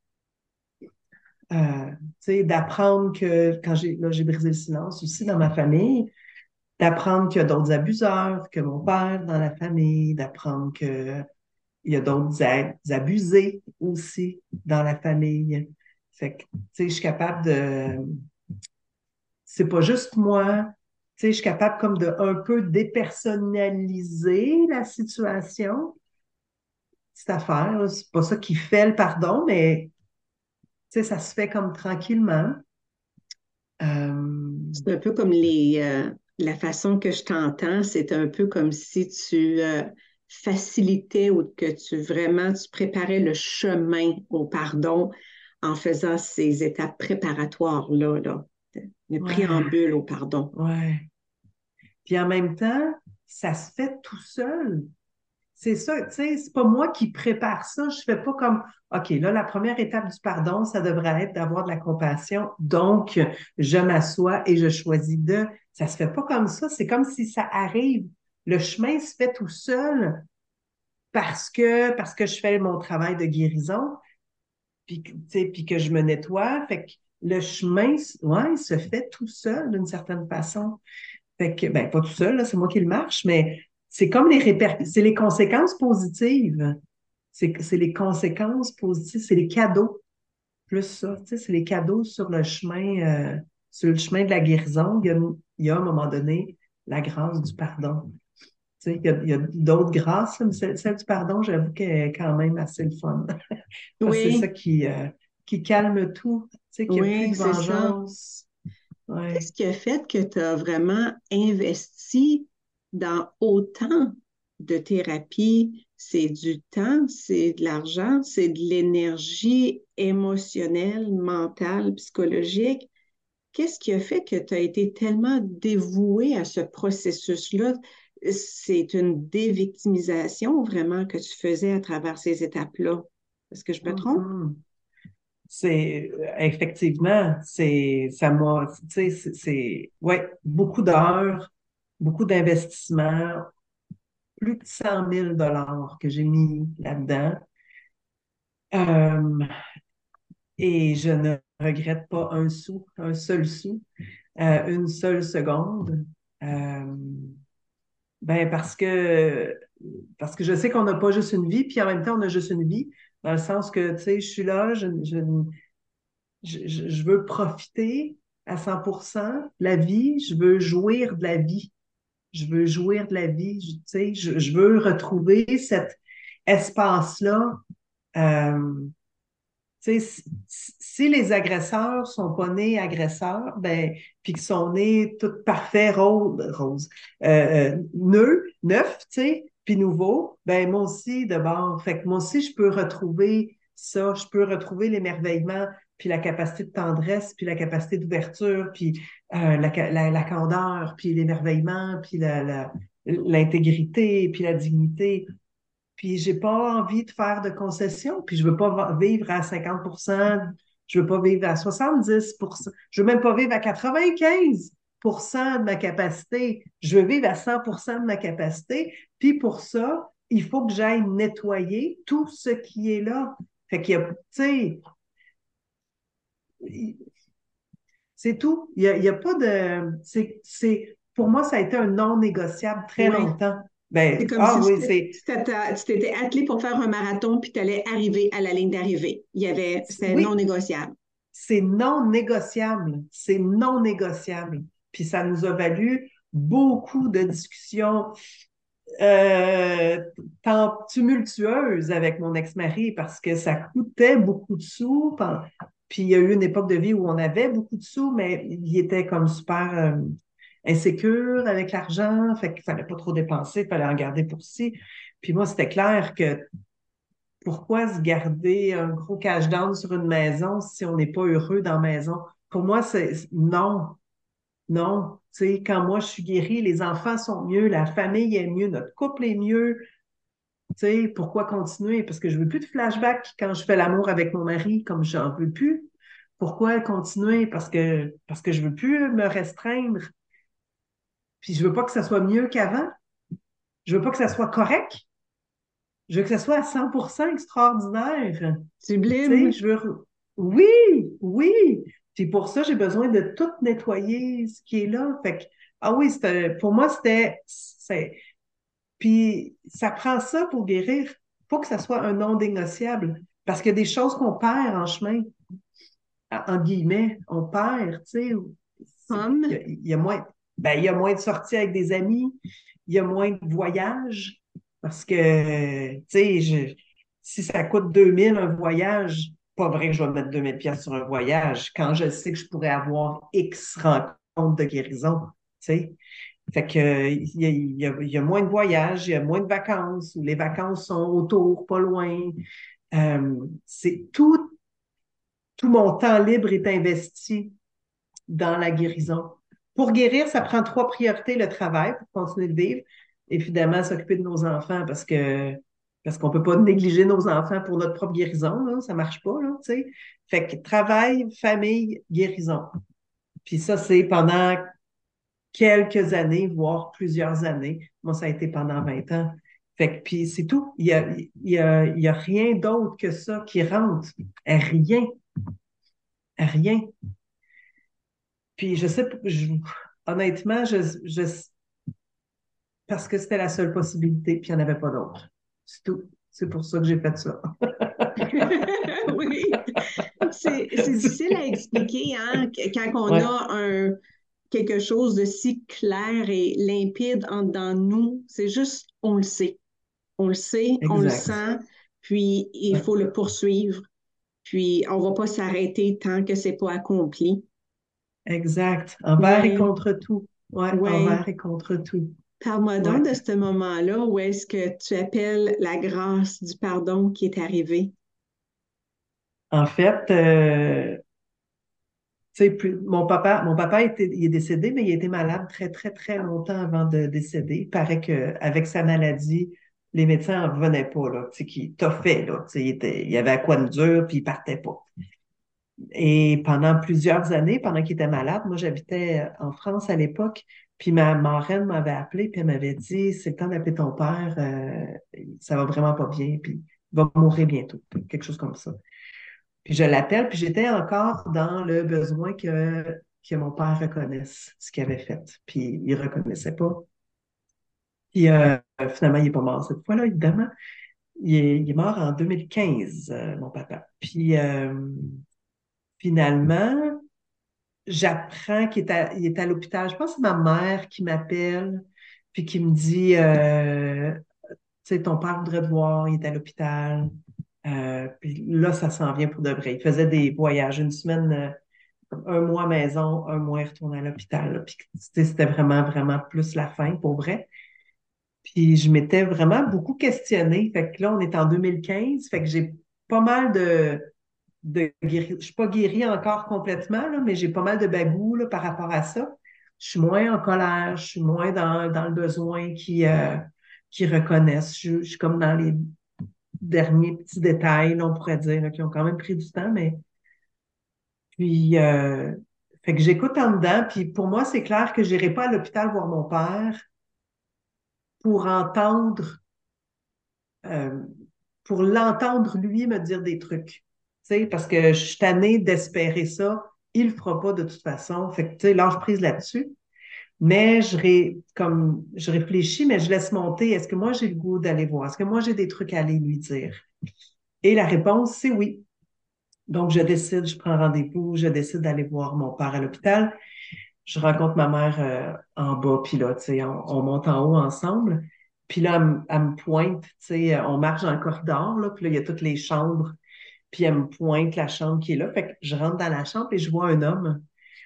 S1: tu sais, d'apprendre que, là, j'ai brisé le silence aussi dans ma famille, d'apprendre qu'il y a d'autres abuseurs que mon père dans la famille, d'apprendre que il y a d'autres abusés aussi dans la famille. Fait que, tu sais, je suis capable de. C'est pas juste moi. Tu sais, je suis capable comme de un peu dépersonnaliser la situation, cette affaire, là. C'est pas ça qui fait le pardon, mais tu sais, ça se fait comme tranquillement. Euh,
S3: C'est un peu comme la façon que je t'entends, c'est un peu comme si tu facilitais ou que tu préparais le chemin au pardon en faisant ces étapes préparatoires-là, là, le
S1: ouais,
S3: préambule au pardon.
S1: ouais. Puis en même temps, ça se fait tout seul. c'est ça, tu sais, c'est pas moi qui prépare ça. Je fais pas comme, OK, là, la première étape du pardon, ça devrait être d'avoir de la compassion. Donc, je m'assois et je choisis de. Ça se fait pas comme ça. C'est comme si ça arrive. Le chemin se fait tout seul parce que je fais mon travail de guérison, puis, tu sais, puis que je me nettoie. Fait que le chemin, ouais, se fait tout seul d'une certaine façon. Fait que, ben, pas tout seul, là, c'est moi qui le marche, mais c'est comme c'est les conséquences positives. C'est les conséquences positives, c'est les cadeaux, plus ça, tu sais, c'est les cadeaux sur le chemin de la guérison. Il y a à un moment donné la grâce du pardon. Tu sais, il y a d'autres grâces, là, mais celle du pardon, j'avoue qu'elle est quand même assez le fun. Parce que c'est ça
S3: Oui,
S1: qui calme tout, tu sais, qu'il n'y a plus
S3: oui,
S1: de
S3: c'est ça.
S1: vengeance.
S3: Qu'est-ce
S1: Ouais.
S3: qui a fait que tu as vraiment investi dans autant de thérapie? C'est du temps, c'est de l'argent, c'est de l'énergie émotionnelle, mentale, psychologique. Qu'est-ce qui a fait que tu as été tellement dévoué à ce processus-là? C'est une dévictimisation vraiment que tu faisais à travers ces étapes-là. Est-ce que je me trompe?
S1: Mhm. C'est effectivement, ça m'a, tu sais, ouais, beaucoup d'heures, beaucoup d'investissements, plus de 100 000 $ que j'ai mis là-dedans. Euh, et je ne regrette pas un sou, un seul sou, une seule seconde. Euh, ben parce que je sais qu'on n'a pas juste une vie, puis en même temps, on a juste une vie, dans le sens que, tu sais, je suis là, je veux profiter à 100% de la vie, je veux jouir de la vie. Je veux jouir de la vie, tu sais, je veux retrouver cet espace-là. Euh, tu sais, si les agresseurs sont pas nés agresseurs, ben, puis qu'ils sont nés tout parfaits, rose, neufs, tu sais, puis nouveaux, ben, moi aussi, de bord. Fait que moi aussi, je peux retrouver ça, je peux retrouver l'émerveillement, puis la capacité de tendresse, puis la capacité d'ouverture, puis la candeur, puis l'émerveillement, puis l'intégrité, puis la dignité. Puis j'ai pas envie de faire de concessions, puis je veux pas vivre à 50%, je veux pas vivre à 70%, je veux même pas vivre à 95% de ma capacité, je veux vivre à 100% de ma capacité, puis pour ça, il faut que j'aille nettoyer tout ce qui est là. Fait qu'il y a, tu sais, c'est tout. Il y a pas de, pour moi, ça a été un non négociable très
S3: Oui.
S1: longtemps.
S3: C'est
S1: Ben,
S3: comme
S1: ah
S3: si
S1: oui, c'est,
S3: tu t'étais attelé pour faire un marathon puis tu allais arriver à la ligne d'arrivée. C'était non
S1: oui,
S3: négociable.
S1: c'est non négociable. C'est non négociable. Puis ça nous a valu beaucoup de discussions euh, tumultueuses avec mon ex-mari parce que ça coûtait beaucoup de sous. Puis il y a eu une époque de vie où on avait beaucoup de sous, mais il était comme super insécure avec l'argent. Fait qu'il fallait pas trop dépenser, il fallait en garder pour si. Puis moi, c'était clair que pourquoi se garder un gros cash down sur une maison si on n'est pas heureux dans la maison? Pour moi, c'est non, non. Tu sais, quand moi je suis guérie, les enfants sont mieux, la famille est mieux, notre couple est mieux. Tu sais, pourquoi continuer? Parce que je veux plus de flashback quand je fais l'amour avec mon mari, comme j'en veux plus. Pourquoi continuer? Parce que je veux plus me restreindre. Puis je veux pas que ça soit mieux qu'avant. Je veux pas que ça soit correct. Je veux que ça soit à 100% extraordinaire. Tu sais,
S3: Sublime.
S1: Oui, oui. Puis pour ça, j'ai besoin de tout nettoyer ce qui est là. Fait que, ah oui, pour moi, puis ça prend ça pour guérir. Faut que ça soit un non négociable. Parce qu'il y a des choses qu'on perd en chemin, en guillemets, on perd, tu sais.
S3: Homme.
S1: Il y a moins, ben, il y a moins de sorties avec des amis, il y a moins de voyages. Parce que, tu sais, si ça coûte 2000 un voyage, pas vrai que je vais mettre 2000 pièces sur un voyage quand je sais que je pourrais avoir X rencontres de guérison, tu sais. Fait que, il y a moins de voyages, il y a moins de vacances, ou les vacances sont autour, pas loin. C'est tout mon temps libre est investi dans la guérison. Pour guérir, ça prend trois priorités, le travail pour continuer de vivre. évidemment s'occuper de nos enfants parce qu'on peut pas négliger nos enfants pour notre propre guérison, là, ça marche pas, là, tu sais. Fait que travail, famille, guérison. Puis ça, c'est pendant quelques années, voire plusieurs années. Moi, ça a été pendant 20 ans. Fait que, puis c'est tout. Il y a rien d'autre que ça qui rentre. Rien. Rien. Puis je sais, honnêtement, parce que c'était la seule possibilité, puis il n'y en avait pas d'autre. C'est tout. C'est pour ça que j'ai fait ça.
S3: Oui, c'est difficile à expliquer, hein, quand on
S1: Ouais,
S3: a quelque chose de si clair et limpide en dedans de nous. C'est juste, on le sait. On le sait, on le
S1: exact.
S3: sent, puis il
S1: Ouais,
S3: faut le poursuivre. Puis on ne va pas s'arrêter tant que c'est pas accompli.
S1: exact. Envers et
S3: Oui,
S1: contre tout. Ouais,
S3: oui.
S1: envers et contre tout.
S3: Parle-moi
S1: Ouais.
S3: donc de ce moment-là où est-ce que tu appelles la grâce du pardon qui est arrivée?
S1: En fait, tu sais, mon papa il est décédé, mais il a été malade très, très, très longtemps avant de décéder. Il paraît qu'avec sa maladie, les médecins n'en revenaient pas, là, tu sais, qu'il toffait, là, tu sais, il avait à quoi de dur, puis il partait pas. Et pendant plusieurs années, pendant qu'il était malade, moi, j'habitais en France à l'époque, puis ma marraine m'avait appelé, puis elle m'avait dit, c'est le temps d'appeler ton père, ça va vraiment pas bien, puis il va mourir bientôt, quelque chose comme ça. Puis je l'appelle, puis j'étais encore dans le besoin que mon père reconnaisse ce qu'il avait fait. Puis il reconnaissait pas. Puis finalement, il est pas mort cette fois-là, évidemment. Il est mort en 2015, mon papa. Puis finalement, j'apprends il est à l'hôpital. Je pense que c'est ma mère qui m'appelle, puis qui me dit, tu sais, ton père voudrait te voir, il est à l'hôpital. Puis là, ça s'en vient pour de vrai. Il faisait des voyages, une semaine, un mois à maison, un mois il retourne à l'hôpital, là. Puis tu sais, c'était vraiment, vraiment plus la fin, pour vrai. Puis je m'étais vraiment beaucoup questionnée. Fait que là, on est en 2015, fait que j'ai pas mal de guéri. Je suis pas guérie encore complètement, là, mais j'ai pas mal de bagou là, par rapport à ça. Je suis moins en colère, je suis moins dans le besoin qui reconnaissent. Je suis comme dans les derniers petits détails, là, on pourrait dire, là, qui ont quand même pris du temps, mais puis fait que j'écoute en dedans, puis pour moi, c'est clair que j'irai pas à l'hôpital voir mon père pour entendre euh, pour l'entendre lui me dire des trucs. Tu sais, parce que je suis tannée d'espérer ça. Il le fera pas de toute façon. Fait que, tu sais, lâche prise là-dessus. Mais comme, je réfléchis, mais je laisse monter. Est-ce que moi, j'ai le goût d'aller voir? Est-ce que moi, j'ai des trucs à aller lui dire? Et la réponse, c'est oui. Donc, je décide, je prends rendez-vous, je décide d'aller voir mon père à l'hôpital. Je rencontre ma mère en bas, puis là, tu sais, on monte en haut ensemble. Puis là, elle me pointe, tu sais, on marche dans le corridor, là, puis là, il y a toutes les chambres, puis elle me pointe la chambre qui est là. Fait que je rentre dans la chambre et je vois un homme.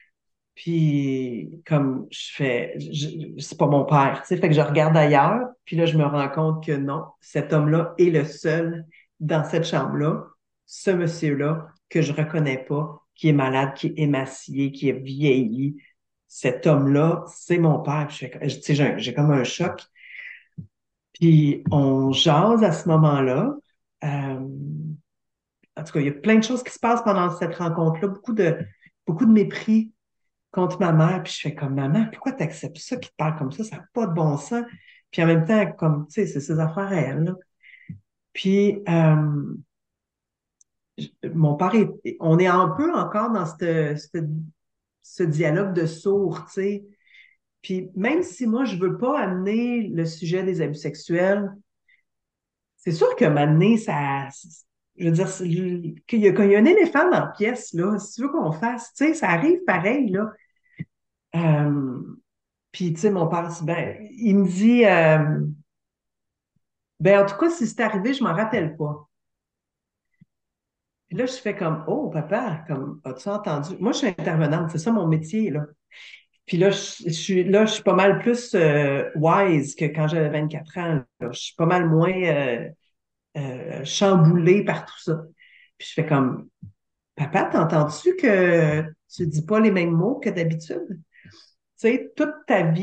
S1: Puis comme je fais, c'est pas mon père, tu sais, fait que je regarde ailleurs, puis là, je me rends compte que non, cet homme-là est le seul dans cette chambre-là, ce monsieur-là que je reconnais pas, qui est malade, qui est émacié, qui est vieilli. Cet homme-là, c'est mon père. Puis tu sais, j'ai comme un choc. Puis on jase à ce moment-là. Euh, en tout cas, il y a plein de choses qui se passent pendant cette rencontre-là, beaucoup de mépris contre ma mère, puis je fais comme maman, pourquoi tu acceptes ça qui te parle comme ça n'a pas de bon sens. Puis en même temps, comme tu sais, c'est ses affaires à elle, là. Puis mon père on est un peu encore dans ce dialogue de sourds, tu sais. Puis même si moi je veux pas amener le sujet des abus sexuels, c'est sûr que m'amener ça, je veux dire qu'il y a un éléphant dans la pièce là, si tu veux qu'on fasse, tu sais, ça arrive pareil là. Euh, Puis, tu sais, mon père, ben, il me dit, ben, en tout cas, si c'est arrivé, je m'en rappelle pas. Puis là, je fais comme, oh, papa, comme, as-tu entendu? Moi, je suis intervenante, c'est ça mon métier, là. Puis là, je suis pas mal plus wise que quand j'avais 24 ans, là. Je suis pas mal moins chamboulée par tout ça. Puis je fais comme, papa, t'entends-tu que tu dis pas les mêmes mots que d'habitude? Tu sais, toute ta vie,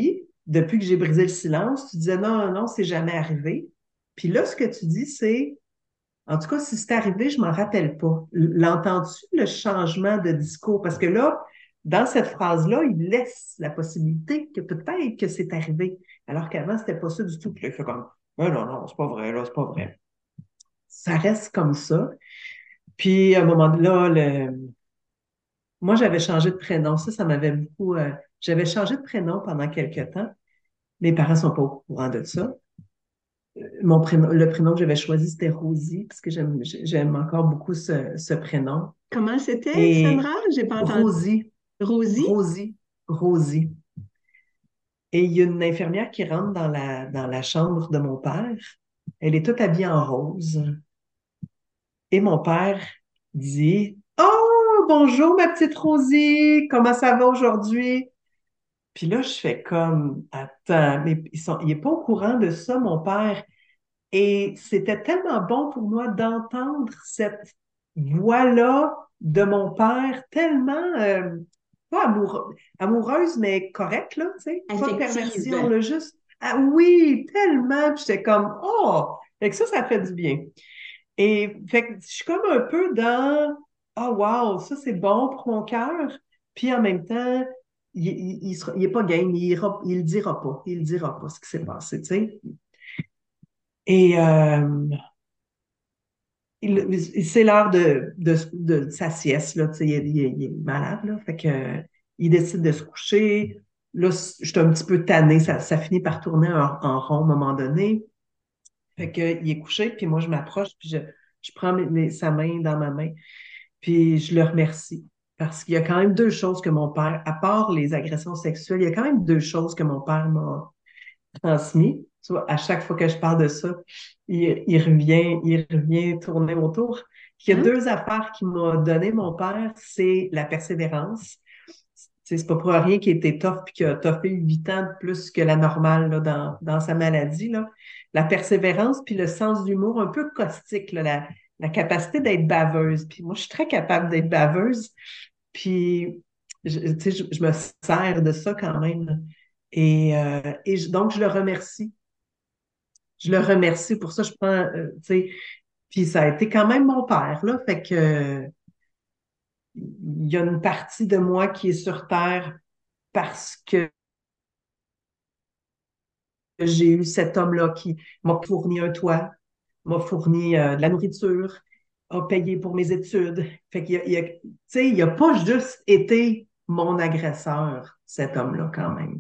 S1: depuis que j'ai brisé le silence, tu disais non, non, non, c'est jamais arrivé. Puis là, ce que tu dis, c'est, en tout cas, si c'est arrivé, je m'en rappelle pas. L'entends-tu, le changement de discours? Parce que là, dans cette phrase-là, il laisse la possibilité que peut-être que c'est arrivé, alors qu'avant, c'était pas ça du tout. Puis là, il fait comme, non, non, non, c'est pas vrai, là, c'est pas vrai. Ça reste comme ça. Puis, à un moment là, moi, j'avais changé de prénom. Ça m'avait beaucoup. J'avais changé de prénom pendant quelques temps. Mes parents sont pas au courant de ça. Mon prénom, le prénom que j'avais choisi, c'était Rosie, parce que j'aime encore beaucoup ce prénom.
S3: Comment c'était,
S1: Et
S3: Sandra? J'ai pas entendu.
S1: Rosie,
S3: Rosie?
S1: Rosie, Rosie. Et il y a une infirmière qui rentre dans la chambre de mon père. Elle est toute habillée en rose. Et mon père dit, oh, bonjour, ma petite Rosie, comment ça va aujourd'hui? Puis là, je fais comme, attends, mais il est pas au courant de ça, mon père. Et c'était tellement bon pour moi d'entendre cette voix-là de mon père, tellement, pas amoureuse, mais correcte, là, tu sais, pas de perversion,
S3: Affective.
S1: là, juste, ah oui, tellement. Puis j'étais comme, oh, fait que ça fait du bien. Et fait que je suis comme un peu dans, oh wow, ça c'est bon pour mon cœur. Puis en même temps, il est pas game, il le dira pas, il le dira pas ce qui s'est passé, tu sais. Et c'est l'heure de sa sieste, là, tu sais, il est malade, là, fait que il décide de se coucher. Là, je suis un petit peu tannée, ça finit par tourner en rond à un moment donné. Fait que, il est couché, puis moi, je m'approche, puis je prends sa main dans ma main, puis je le remercie. Parce qu'il y a quand même deux choses que mon père, à part les agressions sexuelles, il y a quand même deux choses que mon père m'a transmis. Tu vois, à chaque fois que je parle de ça, il revient tourner autour. Il y a
S3: Hein?
S1: deux affaires qu'il m'a donné mon père, c'est la persévérance. Tu sais, c'est pas pour rien qu'il était tough puis qu'il a toughé 8 ans de plus que la normale là, dans sa maladie, là. La persévérance puis le sens d'humour un peu caustique, là, la capacité d'être baveuse. Puis moi, je suis très capable d'être baveuse. Puis, tu sais, je me sers de ça quand même, là. Donc, je le remercie. Je le remercie pour ça. Je prends, tu sais, puis ça a été quand même mon père, là. Fait que, il y a une partie de moi qui est sur Terre parce que j'ai eu cet homme-là qui m'a fourni un toit, m'a fourni de la nourriture, a payé pour mes études. Fait tu sais, il a pas juste été mon agresseur, cet homme-là, quand même.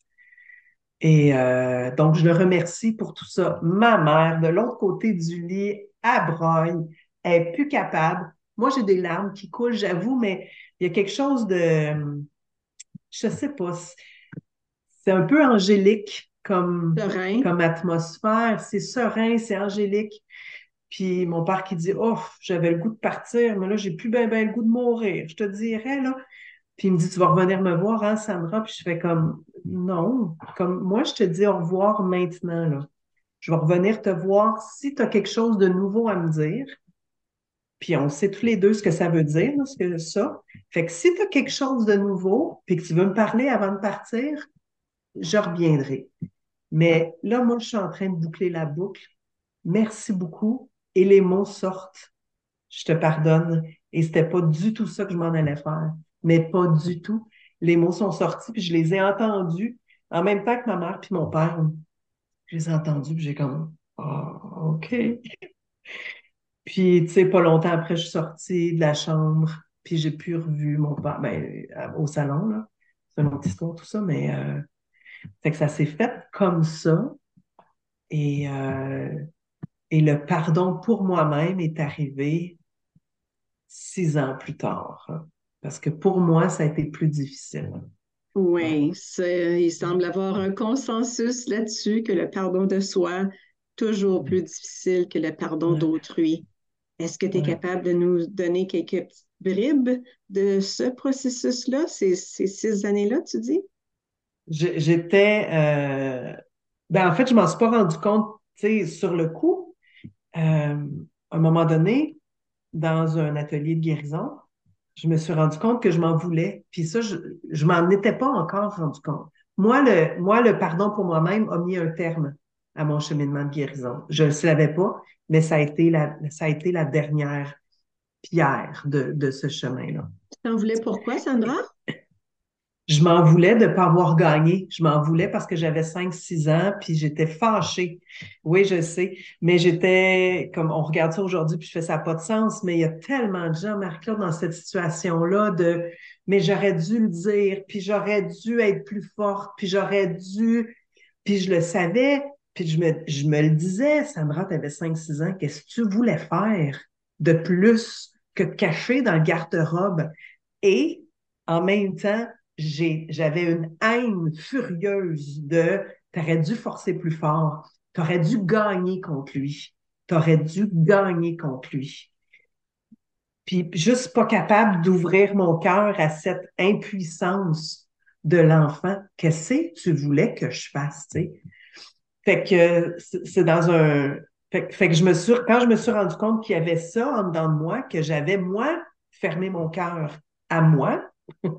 S1: Et donc, je le remercie pour tout ça. Ma mère, de l'autre côté du lit, elle brogne, elle est plus capable. Moi, j'ai des larmes qui coulent, j'avoue, mais il y a quelque chose de, je sais pas, c'est un peu angélique
S3: Serein.
S1: comme atmosphère. C'est serein, c'est angélique. Puis mon père qui dit, oh, j'avais le goût de partir, mais là, j'ai plus ben le goût de mourir. Je te dirais, là. Puis il me dit, tu vas revenir me voir, hein, Sandra? Puis je fais comme, non. Comme, moi, je te dis au revoir maintenant, là. Je vais revenir te voir si tu as quelque chose de nouveau à me dire. Puis on sait tous les deux ce que ça veut dire, là, ce que ça. Fait que si tu as quelque chose de nouveau, puis que tu veux me parler avant de partir, je reviendrai. Mais là, moi, je suis en train de boucler la boucle. Merci beaucoup. Et les mots sortent. Je te pardonne. Et c'était pas du tout ça que je m'en allais faire. Mais pas du tout. Les mots sont sortis, puis je les ai entendus en même temps que ma mère puis mon père. Je les ai entendus, puis j'ai comme, ah, OK. Puis, tu sais, pas longtemps après, je suis sortie de la chambre, puis j'ai pu revu mon père, ben, au salon, là. C'est une autre histoire, tout ça, mais fait que ça s'est fait comme ça. Et, euh, et le pardon pour moi-même est arrivé 6 ans plus tard, hein. Parce que pour moi, ça a été plus difficile. Ouais.
S3: Oui, il semble avoir un consensus là-dessus que le pardon de soi, toujours plus difficile que le pardon
S1: Ouais.
S3: d'autrui. Est-ce que tu es
S1: Ouais.
S3: capable de nous donner quelques petites bribes de ce processus-là, ces 6 années-là, tu dis?
S1: J'étais, ben en fait, je m'en suis pas rendu compte, tu sais, sur le coup. À un moment donné, dans un atelier de guérison, je me suis rendu compte que je m'en voulais. Puis ça, je m'en étais pas encore rendu compte. moi, le pardon pour moi-même a mis un terme à mon cheminement de guérison. Je ne le savais pas, mais ça a été la dernière pierre de ce chemin-là.
S3: Tu t'en voulais pourquoi, Sandra?
S1: Je m'en voulais de ne pas avoir gagné. Je m'en voulais parce que j'avais 5, 6 ans, puis j'étais fâchée. Oui, je sais, mais j'étais, comme on regarde ça aujourd'hui, puis je fais ça n'a pas de sens, mais il y a tellement de gens, Marie-Claude, dans cette situation-là mais j'aurais dû le dire, puis j'aurais dû être plus forte, puis j'aurais dû, puis je le savais, puis je me le disais, Sandra, tu avais 5, 6 ans, qu'est-ce que tu voulais faire de plus que de cacher dans le garde-robe? Et en même temps, j'avais une haine furieuse de t'aurais dû forcer plus fort, t'aurais dû gagner contre lui, t'aurais dû gagner contre lui. Puis juste pas capable d'ouvrir mon cœur à cette impuissance de l'enfant. Qu'est-ce que tu voulais que je fasse, tu sais? Fait que c'est dans un. Fait que quand je me suis rendu compte qu'il y avait ça en dedans de moi, que j'avais, moi, fermé mon cœur à moi,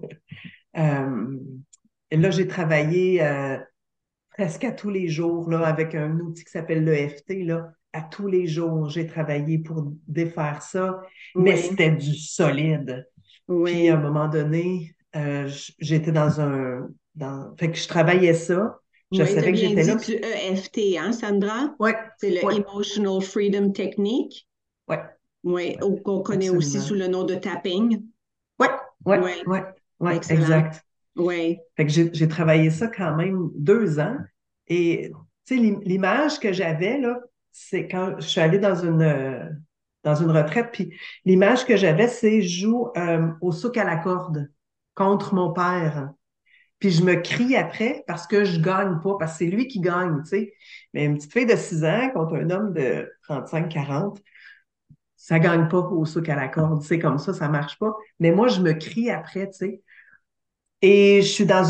S1: euh, et là, j'ai travaillé presque à tous les jours là, avec un outil qui s'appelle l'EFT. Là. À tous les jours, j'ai travaillé pour défaire ça, mais
S3: Oui,
S1: c'était du solide. Puis à un
S3: oui,
S1: moment donné, j'étais fait que je travaillais ça. Je
S3: oui. Tu as
S1: savais que
S3: bien
S1: j'étais
S3: dit
S1: là.
S3: du EFT, hein, Sandra?
S1: Ouais,
S3: C'est le
S1: ouais,
S3: Emotional Freedom Technique.
S1: ouais,
S3: Oui,
S1: ouais,
S3: ou qu'on connaît aussi
S1: absolument.
S3: sous le nom de tapping.
S1: Ouais, ouais,
S3: Oui,
S1: ouais, ouais,
S3: excellent.
S1: exact.
S3: Oui,
S1: Fait que j'ai travaillé ça quand même 2 ans. Et tu sais, l'image que j'avais, là, c'est quand je suis allée dans une retraite, puis l'image que j'avais, c'est je joue au souk à la corde contre mon père. Puis je me crie après parce que je gagne pas, parce que c'est lui qui gagne, tu sais. Mais une petite fille de 6 ans contre un homme de 35, 40, ça gagne pas au souk à la corde. C'est comme ça marche pas. Mais moi, je me crie après, tu sais. Et je suis dans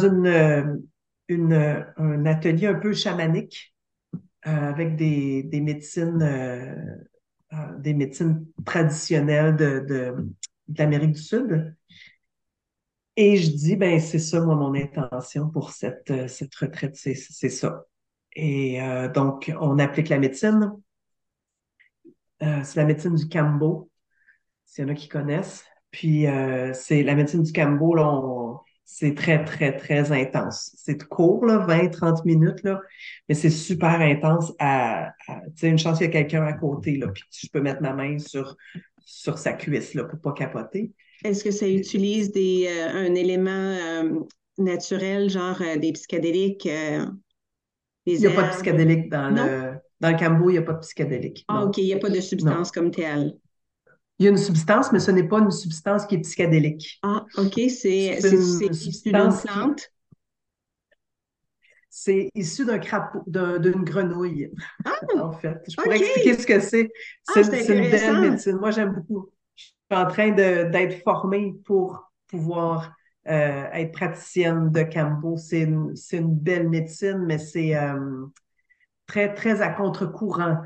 S1: un atelier un peu chamanique avec des médecines traditionnelles de l'Amérique du Sud. Et je dis, ben c'est ça, moi, mon intention pour cette retraite, c'est ça. Et donc, on applique la médecine. C'est la médecine du Kambo, s'il y en a qui connaissent. Puis, c'est la médecine du Cambo, là, c'est très, très, très intense. C'est tout court, là, 20, 30 minutes, là, mais c'est super intense tu sais, une chance qu'il y a quelqu'un à côté, là, puis je peux mettre ma main sur sa cuisse, là, pour pas capoter.
S3: est-ce que ça utilise un élément naturel, genre des psychédéliques,
S1: Il
S3: des
S1: n'y a pas de
S3: herbes?
S1: psychédélique
S3: Non?
S1: dans le Cambo, il n'y a pas de psychédélique,
S3: Ah, OK,
S1: non,
S3: il n'y a pas de substance
S1: non.
S3: comme telle.
S1: Il y a une substance, mais ce n'est pas une substance qui est psychédélique.
S3: Ah, OK,
S1: C'est
S3: c'est
S1: une
S3: issu d'une
S1: substance
S3: plante.
S1: c'est issu d'un crapaud, d'une grenouille.
S3: Ah,
S1: En fait. Je pourrais expliquer
S3: OK.
S1: ce que c'est.
S3: Ah, c'est
S1: C'est une belle
S3: intéressant.
S1: médecine. Moi, j'aime beaucoup. Je suis en train d'être formée pour pouvoir être praticienne de Cambo. C'est une belle médecine, mais c'est très, très à contre-courant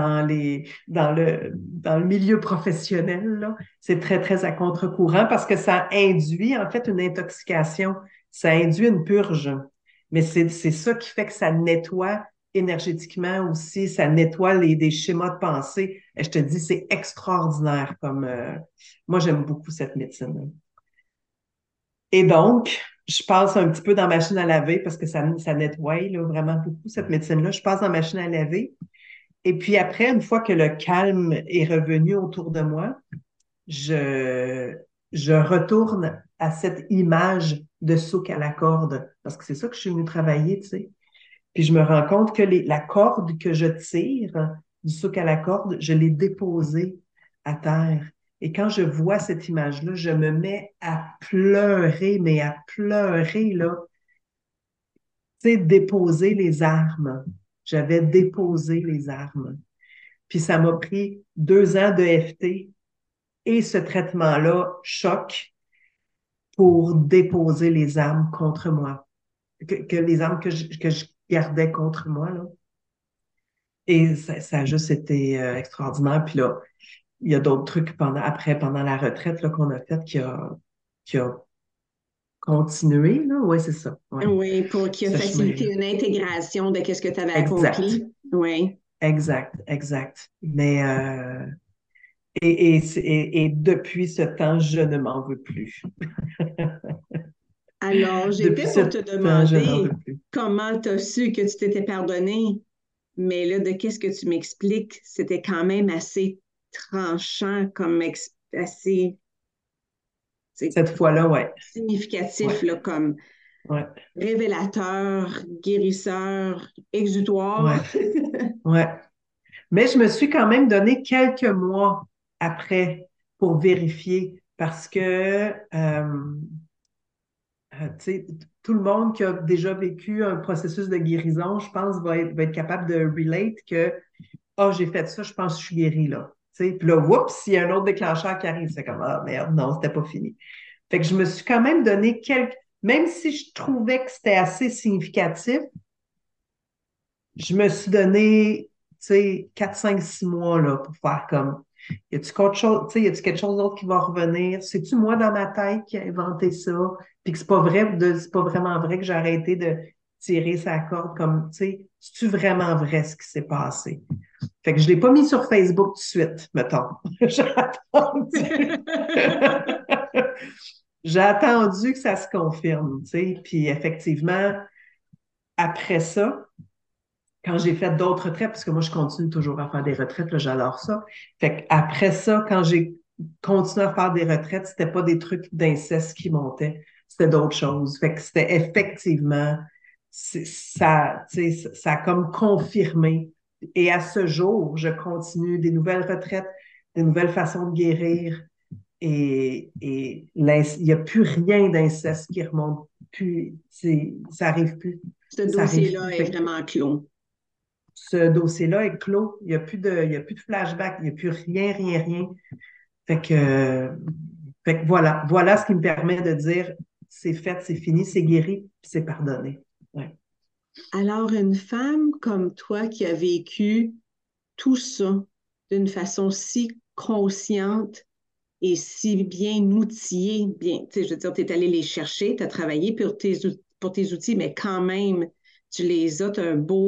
S1: dans le milieu professionnel, là. C'est très, très à contre-courant parce que ça induit, en fait, une intoxication. Ça induit une purge. Mais c'est ça qui fait que ça nettoie énergétiquement aussi, ça nettoie des schémas de pensée. Et je te dis, c'est extraordinaire moi, j'aime beaucoup cette médecine. Et donc, je passe un petit peu dans la machine à laver parce que ça nettoie là, vraiment beaucoup cette médecine-là. Je passe dans la machine à laver. Et puis après, une fois que le calme est revenu autour de moi, je, je retourne à cette image de souk à la corde parce que c'est ça que je suis venue travailler, tu sais. Puis je me rends compte que la corde que je tire du souk à la corde, je l'ai déposée à terre. Et quand je vois cette image-là, je me mets à pleurer, mais à pleurer, là. Tu sais, déposer les armes. J'avais déposé les armes. Puis ça m'a pris 2 ans de FT et ce traitement-là, choc, pour déposer les armes contre moi. Les armes que je gardais contre moi, là. Et ça a juste été extraordinaire. Puis là, il y a d'autres trucs pendant la retraite là, qu'on a fait qui a continuer, là. Oui, c'est ça. Ouais.
S3: Oui, pour qu'il y ait
S1: Ce
S3: facilité
S1: chemin-là.
S3: une intégration de ce que tu avais
S1: Exact.
S3: accompli. Oui.
S1: Exact. Exact. Mais, et depuis ce temps, je ne m'en veux plus.
S3: Alors,
S1: Depuis
S3: j'étais
S1: ce
S3: pour te
S1: temps, je n'en
S3: demander
S1: veux plus.
S3: comment tu as su que tu t'étais pardonné, mais là, de qu'est-ce que tu m'expliques, c'était quand même assez tranchant, comme assez c'est
S1: Cette fois-là, ouais.
S3: significatif,
S1: Ouais.
S3: là, comme
S1: Ouais.
S3: révélateur, guérisseur, exutoire.
S1: Ouais. Ouais. Mais je me suis quand même donné quelques mois après pour vérifier parce que tu sais, tout le monde qui a déjà vécu un processus de guérison, je pense, va être capable de relate que ah, j'ai fait ça, je pense que je suis guérie là. Tu sais, puis là, oups, il y a un autre déclencheur qui arrive. C'est comme ah merde, non, c'était pas fini. Fait que je me suis quand même donné quelques. Même si je trouvais que c'était assez significatif, je me suis donné, tu sais, 4, 5, 6 mois là, pour faire comme, y a-tu quelque chose, tu sais, y a-tu quelque chose d'autre qui va revenir? C'est-tu moi dans ma tête qui a inventé ça? Puis que c'est pas vraiment vrai que j'ai arrêté de tirer sa corde comme, tu sais, c'est-tu vraiment vrai ce qui s'est passé? Fait que je l'ai pas mis sur Facebook tout de suite, mettons. J'ai attendu. J'ai attendu que ça se confirme, tu sais. Puis effectivement, après ça, quand j'ai fait d'autres retraites, parce que moi, je continue toujours à faire des retraites, là, j'adore ça. Fait qu'après ça, quand j'ai continué à faire des retraites, c'était pas des trucs d'inceste qui montaient, c'était d'autres choses. Fait que c'était effectivement, ça, tu sais, ça a comme confirmé. Et à ce jour, je continue des nouvelles retraites, des nouvelles façons de guérir. Et il n'y a plus rien d'inceste qui remonte. Plus, ça arrive plus.
S3: Ce
S1: Ça arrive
S3: dossier-là
S1: plus.
S3: est
S1: Fait que
S3: vraiment clos.
S1: ce dossier-là est clos. Il y a plus de flashback, il n'y a plus rien, rien, rien. Fait que, euh, fait que voilà, voilà ce qui me permet de dire c'est fait, c'est fini, c'est guéri, puis c'est pardonné. Ouais.
S3: Alors, une femme comme toi qui a vécu tout ça d'une façon si consciente et si bien outillée, bien, tu sais, je veux dire, tu es allé les chercher, tu as travaillé pour tes outils, mais quand même, tu les as, tu as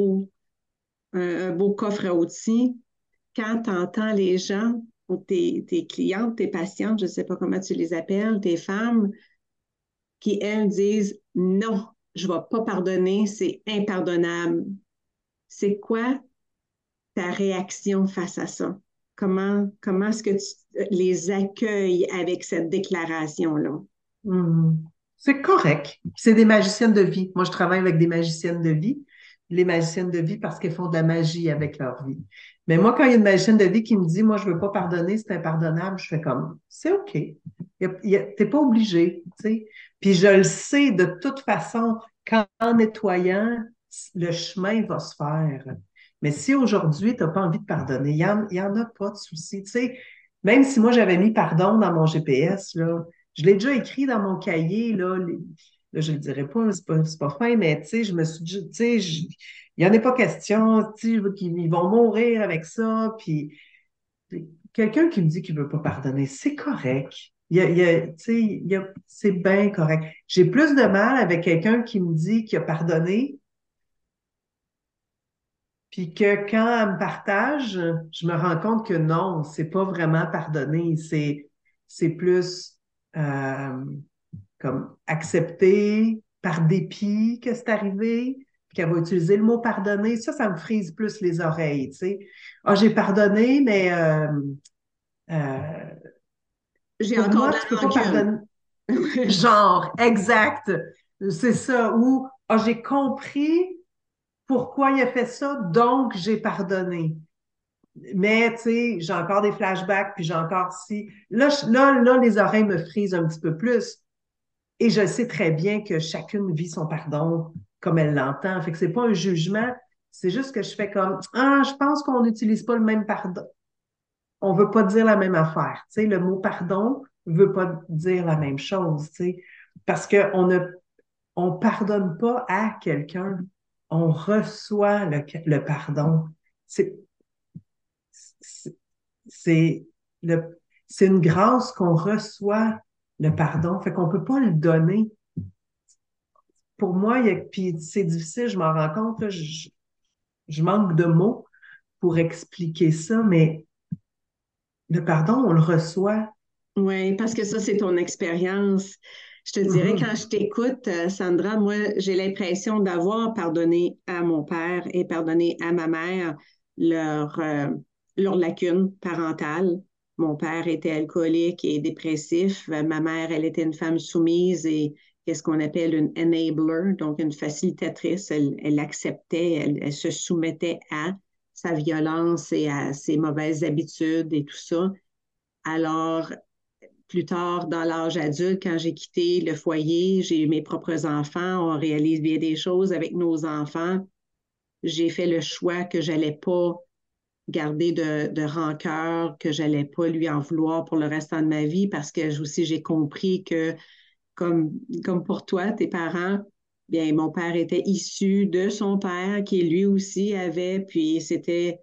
S3: un beau coffre à outils. Quand tu entends les gens, ou tes clientes, tes patientes, je ne sais pas comment tu les appelles, tes femmes, qui, elles, disent non, je ne vais pas pardonner, c'est impardonnable. C'est quoi ta réaction face à ça? Comment est-ce que tu les accueilles avec cette déclaration-là?
S1: Hmm. C'est correct. C'est des magiciennes de vie. Moi, je travaille avec des magiciennes de vie. Les magiciennes de vie parce qu'elles font de la magie avec leur vie. Mais moi, quand il y a une magicienne de vie qui me dit, moi, je veux pas pardonner, c'est impardonnable, je fais comme, c'est OK. T'es pas obligé, tu sais. Puis je le sais de toute façon, qu'en nettoyant, le chemin va se faire. Mais si aujourd'hui, tu n'as pas envie de pardonner, il y en a pas de souci. Tu sais, même si moi, j'avais mis pardon dans mon GPS, là, je l'ai déjà écrit dans mon cahier, là, là je ne le dirai pas, c'est pas fin, mais tu sais, je me suis dit, tu sais, il n'y en a pas question, tu sais, ils vont mourir avec ça, puis quelqu'un qui me dit qu'il ne veut pas pardonner, c'est correct. Tu sais, c'est bien correct. J'ai plus de mal avec quelqu'un qui me dit qu'il a pardonné, puis que quand elle me partage, je me rends compte que non, c'est pas vraiment pardonner, c'est plus euh, comme accepter par dépit que c'est arrivé, puis qu'elle va utiliser le mot pardonner. Ça me frise plus les oreilles, tu sais. Ah, j'ai pardonné, mais euh,
S3: J'ai
S1: pour
S3: encore de
S1: moi, tu peux
S3: la
S1: pas
S3: rancune.
S1: pardonner. Genre, exact. C'est ça. Ou ah, j'ai compris pourquoi il a fait ça, donc j'ai pardonné. Mais, tu sais, j'ai encore des flashbacks, puis j'ai encore si. Là, les oreilles me frisent un petit peu plus. Et je sais très bien que chacune vit son pardon comme elle l'entend. Fait que c'est pas un jugement, c'est juste que je fais comme ah, je pense qu'on n'utilise pas le même pardon. On veut pas dire la même affaire. Tu sais, le mot pardon veut pas dire la même chose, tu sais, parce qu'on ne on pardonne pas à quelqu'un, on reçoit le pardon. C'est c'est c'est le c'est une grâce qu'on reçoit le pardon, fait qu'on peut pas le donner. pour moi, puis c'est difficile, je m'en rends compte, là, je manque de mots pour expliquer ça, mais le pardon, on le reçoit.
S3: Oui, parce que ça, c'est ton expérience. Je te dirais,
S1: Mhm.
S3: quand je t'écoute, Sandra, moi, j'ai l'impression d'avoir pardonné à mon père et pardonné à ma mère leur, euh, leur lacune parentale. Mon père était alcoolique et dépressif. Ma mère, elle était une femme soumise et qu'est-ce qu'on appelle une enabler, donc une facilitatrice. Elle acceptait, elle se soumettait à sa violence et à ses mauvaises habitudes et tout ça. Alors, plus tard, dans l'âge adulte, quand j'ai quitté le foyer, j'ai eu mes propres enfants, on réalise bien des choses avec nos enfants. J'ai fait le choix que j'allais pas garder de rancœur, que j'allais pas lui en vouloir pour le restant de ma vie parce que aussi j'ai compris que, comme, comme pour toi, tes parents, bien, mon père était issu de son père qui lui aussi avait, puis c'était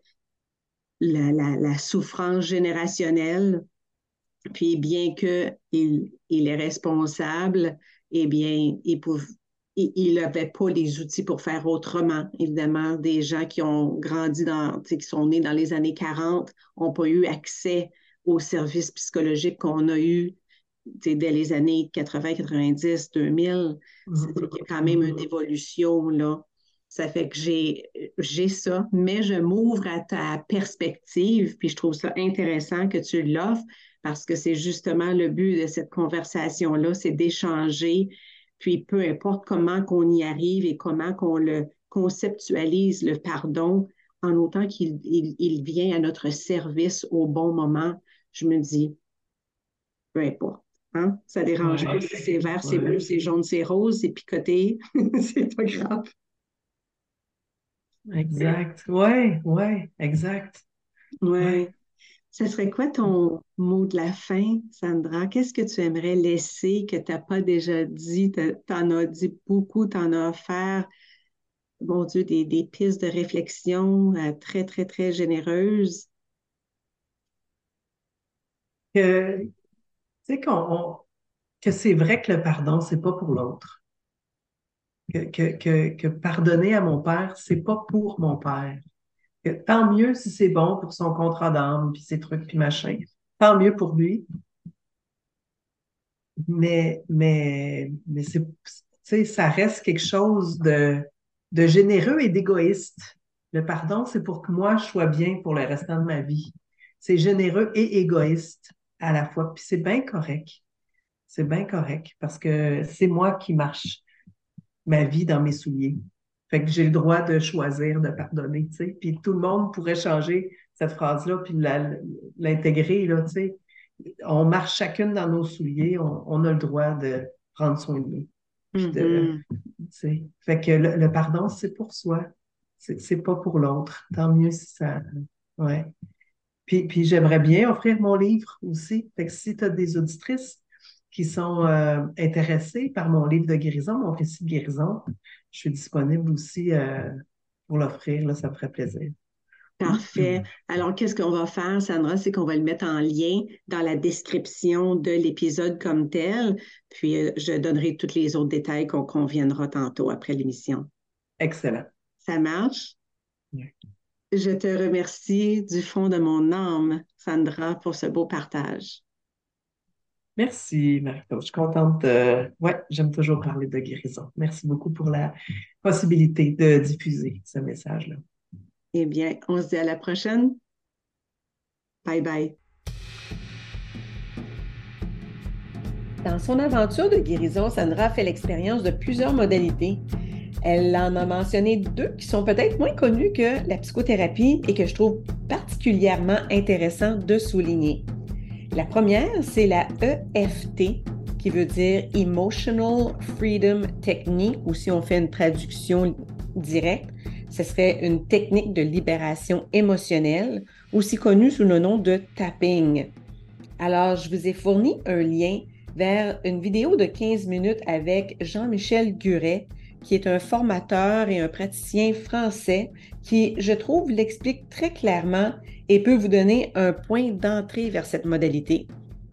S3: la souffrance générationnelle. Puis bien qu'il est responsable, eh bien, il n'avait pas les outils pour faire autrement. Évidemment, des gens qui ont grandi qui sont nés dans les années 40 n'ont pas eu accès aux services psychologiques qu'on a eus dès les années 80, 90, 2000. C'est qu'il y a quand même une évolution, là. Ça fait que j'ai ça, mais je m'ouvre à ta perspective, puis je trouve ça intéressant que tu l'offres parce que c'est justement le but de cette conversation-là, c'est d'échanger, puis peu importe comment qu'on y arrive et comment qu'on le conceptualise, le pardon, en autant qu'il vient à notre service au bon moment, je me dis, peu importe. Hein? Ça dérange pas
S1: Ouais,
S3: si c'est vert, c'est bleu,
S1: ouais.
S3: c'est jaune, c'est rose, c'est picoté. C'est pas grave.
S1: Exact. Ouais, ouais, exact.
S3: Ouais.
S1: Ouais.
S3: Ça serait quoi ton mot de la fin, Sandra? Qu'est-ce que tu aimerais laisser que tu n'as pas déjà dit? Tu en as dit beaucoup, tu en as offert, mon Dieu, des pistes de réflexion très, très, très généreuses.
S1: Que, tu sais, que c'est vrai que le pardon, c'est pas pour l'autre. Que pardonner à mon père, c'est pas pour mon père. Que tant mieux si c'est bon pour son contrat d'âme, puis ses trucs, puis machin. Tant mieux pour lui. Mais c'est, tu sais, ça reste quelque chose de généreux et d'égoïste. Le pardon, c'est pour que moi, je sois bien pour le restant de ma vie. C'est généreux et égoïste à la fois. Puis c'est bien correct. C'est bien correct parce que c'est moi qui marche ma vie dans mes souliers. Fait que j'ai le droit de choisir de pardonner, tu sais. Puis tout le monde pourrait changer cette phrase-là puis l'intégrer, là, tu sais. On marche chacune dans nos souliers, on a le droit de prendre soin de nous. Puis
S3: Mhm.
S1: tu sais. Fait que le pardon, c'est pour soi. C'est pas pour l'autre. Tant mieux si ça. Ouais. Puis j'aimerais bien offrir mon livre aussi. Fait que si tu as des auditrices qui sont intéressées par mon livre de guérison, mon récit de guérison, je suis disponible aussi pour l'offrir. Là, ça me ferait plaisir.
S3: Parfait. Alors, qu'est-ce qu'on va faire, Sandra? C'est qu'on va le mettre en lien dans la description de l'épisode comme tel, puis je donnerai tous les autres détails qu'on conviendra tantôt après l'émission.
S1: Excellent.
S3: Ça marche?
S1: Ouais.
S3: Je te remercie du fond de mon âme, Sandra, pour ce beau partage.
S1: Merci, Marie-Claude. Je suis contente. Ouais, j'aime toujours parler de guérison. Merci beaucoup pour la possibilité de diffuser ce message-là.
S3: Eh bien, on se dit à la prochaine. Bye bye.
S2: Dans son aventure de guérison, Sandra fait l'expérience de plusieurs modalités. Elle en a mentionné deux qui sont peut-être moins connues que la psychothérapie et que je trouve particulièrement intéressant de souligner. La première, c'est la EFT, qui veut dire Emotional Freedom Technique, ou si on fait une traduction directe, ce serait une technique de libération émotionnelle, aussi connue sous le nom de tapping. Alors, je vous ai fourni un lien vers une vidéo de 15 minutes avec Jean-Michel Guret, qui est un formateur et un praticien français qui, je trouve, l'explique très clairement et peut vous donner un point d'entrée vers cette modalité.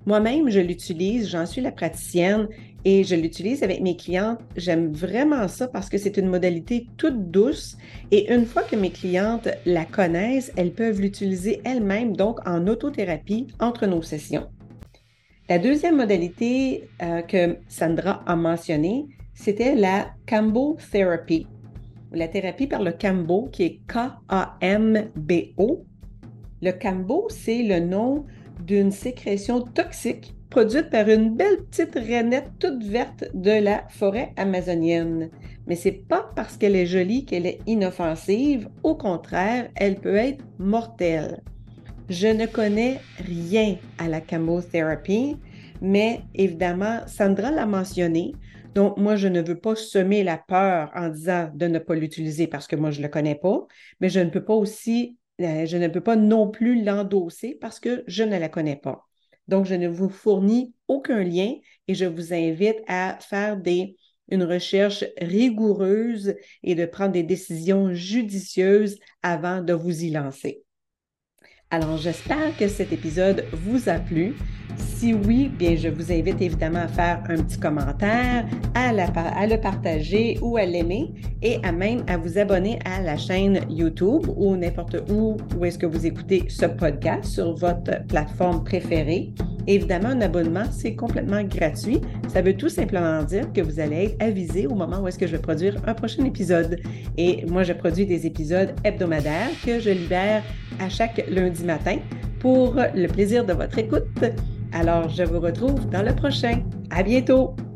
S2: Moi-même, je l'utilise, j'en suis la praticienne et je l'utilise avec mes clientes. J'aime vraiment ça parce que c'est une modalité toute douce et une fois que mes clientes la connaissent, elles peuvent l'utiliser elles-mêmes, donc en autothérapie entre nos sessions. La deuxième modalité que Sandra a mentionnée, c'était la Kambo Therapy, la thérapie par le Kambo qui est Kambo. Le Kambo, c'est le nom d'une sécrétion toxique produite par une belle petite rainette toute verte de la forêt amazonienne. Mais c'est pas parce qu'elle est jolie qu'elle est inoffensive. Au contraire, elle peut être mortelle. Je ne connais rien à la chemotherapie, mais évidemment, Sandra l'a mentionné. Donc, moi, je ne veux pas semer la peur en disant de ne pas l'utiliser parce que moi, je ne le connais pas, mais je ne peux pas non plus l'endosser parce que je ne la connais pas. Donc, je ne vous fournis aucun lien et je vous invite à faire une recherche rigoureuse et de prendre des décisions judicieuses avant de vous y lancer. Alors, j'espère que cet épisode vous a plu. Si oui, bien, je vous invite évidemment à faire un petit commentaire, à le partager ou à l'aimer et même à vous abonner à la chaîne YouTube ou n'importe où est-ce que vous écoutez ce podcast sur votre plateforme préférée. Évidemment, un abonnement, c'est complètement gratuit. Ça veut tout simplement dire que vous allez être avisé au moment où est-ce que je vais produire un prochain épisode. Et moi, je produis des épisodes hebdomadaires que je libère à chaque lundi matin pour le plaisir de votre écoute. Alors, je vous retrouve dans le prochain. À bientôt!